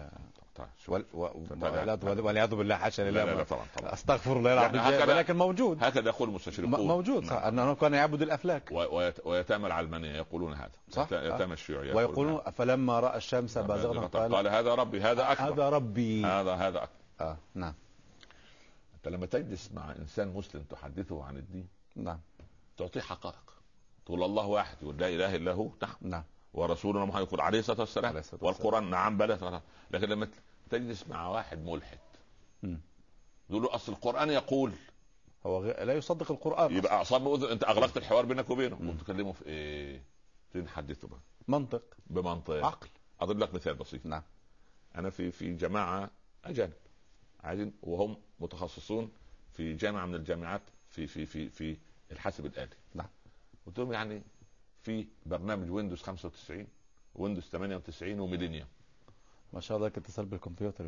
والعياذ بالله، حاشا لله. لا طبعا. استغفر الله العظيم. ولكن موجود، هكذا يقول المستشرقون، موجود صح انه كان يعبد الافلاك ويتامى العلمانية يقولون هذا صح. يتامى الشيوعية ويقولون فلما راى الشمس بازغة قال هذا ربي، هذا اكبر، هذا ربي، هذا اكبر. نعم. انت لما تجلس مع انسان مسلم تحدثه عن الدين، نعم، تعطيه حقائق، تقول الله واحد، يقول لا اله الا هو، نعم، ورسولنا محمد يقول عليه الصلاه والسلام، والقران نعم بلى. لكن لما تجلس مع واحد ملحد يقول له اصل القران يقول، هو لا يصدق القران، يبقى اعصاب اذن. انت اغلقت الحوار بينك وبينه وتكلمه في ايه؟ تحدثه بقى منطق، بمنطق، عقل. اضرب لك مثال بسيط. نعم. انا في جماعه اجانب عايزين، وهم متخصصون في جامعه من الجامعات في الحاسب الآلي. نعم. قلت لهم يعني في برنامج ويندوز 95 ويندوز 98 وميلينيوم. ما شاء الله اتصل بالكمبيوتر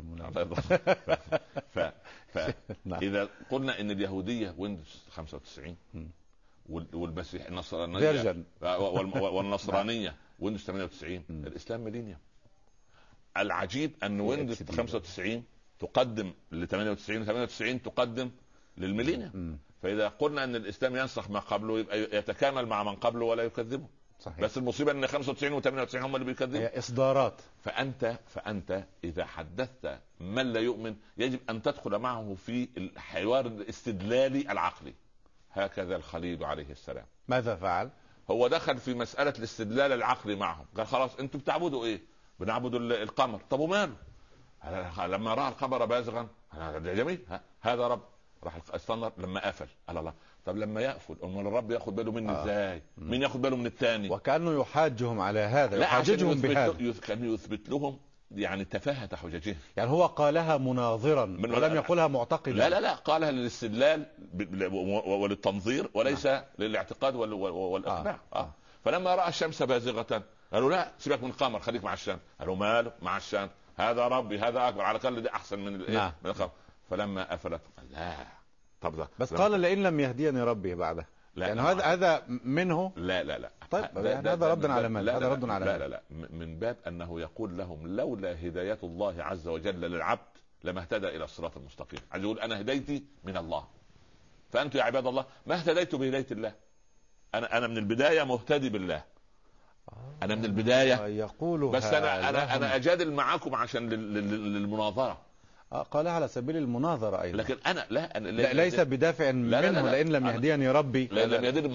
اذا قلنا ان اليهوديه ويندوز 95 والمسيح النصرانيه والنصرانيه ويندوز 98، الاسلام ميلينيوم. العجيب ان ويندوز 95 تقدم ل 98 و98 تقدم للميلينيوم. فاذا قلنا ان الاسلام ينسخ ما قبله يبقى يتكامل مع من قبله ولا يكذبه. صحيح. بس المصيبه ان 95 و98 هم اللي بيكذبوا، هي اصدارات. فانت اذا حدثت من لا يؤمن يجب ان تدخل معه في الحوار الاستدلالي العقلي. هكذا الخليل عليه السلام ماذا فعل؟ هو دخل في مساله الاستدلال العقلي معهم، قال خلاص انتم بتعبدوا ايه؟ بنعبد القمر. طب وماله؟ لما راى القمر بازغا جميل، هذا رب. راح استنظر لما قفل، الله طب لما يقفل امال الرب ياخد باله مني ازاي؟ مين ياخد باله من الثاني؟ وكانه يحاجهم على هذا، يحاججهم بهذا، كان يثبت لهم يعني تفاهة حججهم. يعني هو قالها مناظرا ولم يقولها معتقدا. لا قالها للاستدلال وللتنظير وليس للاعتقاد والاقناع. فلما راى الشمس بازغة قالوا لا سيبك من القمر، خليك مع الشمس. قالوا ماله مع الشمس؟ هذا ربي، هذا اكبر، على الاقل ده احسن من الايه؟ من القمر. فلما افلت قال لا طب ده بس قال لئن لم يهديني ربي بعده. لا يعني هذا منه. لا طيب يعني هذا رد على من؟ هذا رد على لا لا لا من باب انه يقول لهم لولا هداية الله عز وجل للعبد لما اهتدى الى الصراط المستقيم. عايز يقول انا هدايتي من الله، فانتم يا عباد الله ما اهتديتوا بهداية الله. انا من البداية مهتدي بالله، انا من البداية يقول، بس انا اجادل معاكم عشان للمناظرة. قال على سبيل المناظرة أيضا، لكن أنا لا ليس بدافع منه، لأن لم يهديني ربي. لم يهديني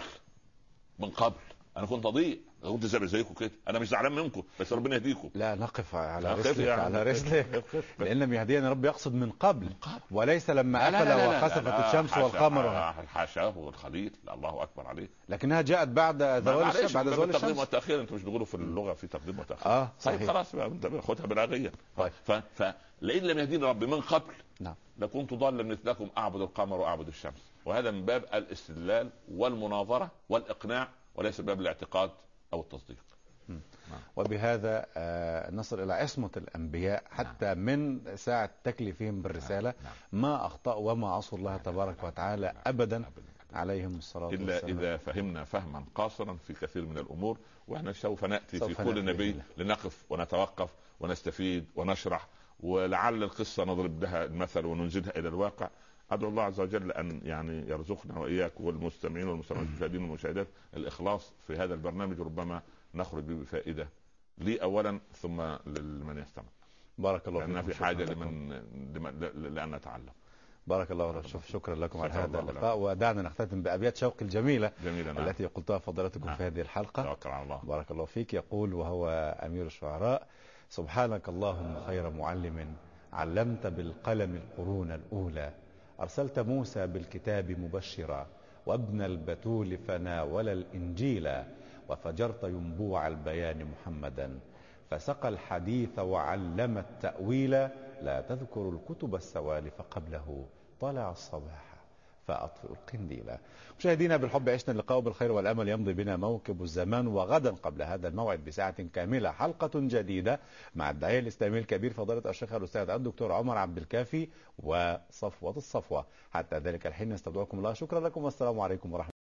من قبل انا كنت اضيع، كنت زيكم كده، انا مش زعلان منكم بس ربنا يهديكم. لا نقف على رسلك يعني. على رسلك لان لم يهديني ربي يقصد من قبل وليس لما افل وخسفت الشمس والقمر. حاشاه والخليل، الله اكبر عليه، لكنها جاءت بعد زوال الشمس. بعد زوال الشمس التقديم والتاخير. انتوا مش بتقولوا في اللغه في تقديم وتاخير؟ طيب خلاص انت خدها بلاغيه. طيب فلئن لم يهديني ربي من قبل نعم لكنت ضالا مثلكم اعبد القمر واعبد الشمس. وهذا من باب الاستدلال والمناظره والاقناع وليس باب الاعتقاد او التصديق. وبهذا نصل الى عصمة الانبياء حتى من ساعة تكليفهم بالرسالة ما اخطأوا وما عصوا الله تبارك وتعالى ابدا عليهم الصلاة والسلام، الا اذا فهمنا فهما قاصرا في كثير من الامور. واحنا سوف ناتي في كل نبي لنقف ونتوقف ونستفيد ونشرح، ولعل القصة نضرب بها المثل وننزلها الى الواقع. أدعو الله عز وجل أن يعني يرزقنا وإياك والمستمعين والمشاهدين والمشاهدات الإخلاص في هذا البرنامج، ربما نخرج به بفائدة لي أولا ثم لمن يستمع. بارك الله فيكم. لأننا في حاجة لأن نتعلم. بارك الله فيكم. شكرا لكم على هذا اللقاء، ودعنا نختتم بأبيات شوقي الجميلة التي قلتها فضلاتكم في هذه الحلقة. توكل على الله. بارك الله فيك. يقول وهو أمير الشعراء: سبحانك اللهم خير معلم، علمت بالقلم القرون الأولى، أرسلت موسى بالكتاب مبشرا، وابن البتول فناول الإنجيل، وفجرت ينبوع البيان محمدا، فسقى الحديث وعلم التأويل، لا تذكر الكتب السوالف قبله، طلع الصباح فأطفئ القنديل. مشاهدينا بالحب عشنا اللقاء بالخير والأمل يمضي بنا موكب الزمان، وغدا قبل هذا الموعد بساعة كاملة حلقة جديدة مع الداعية الإسلامي الكبير فضيلة الشيخ الأستاذ الدكتور عمر عبد الكافي وصفوة الصفوة. حتى ذلك الحين نستودعكم الله. شكرا لكم والسلام عليكم ورحمة الله.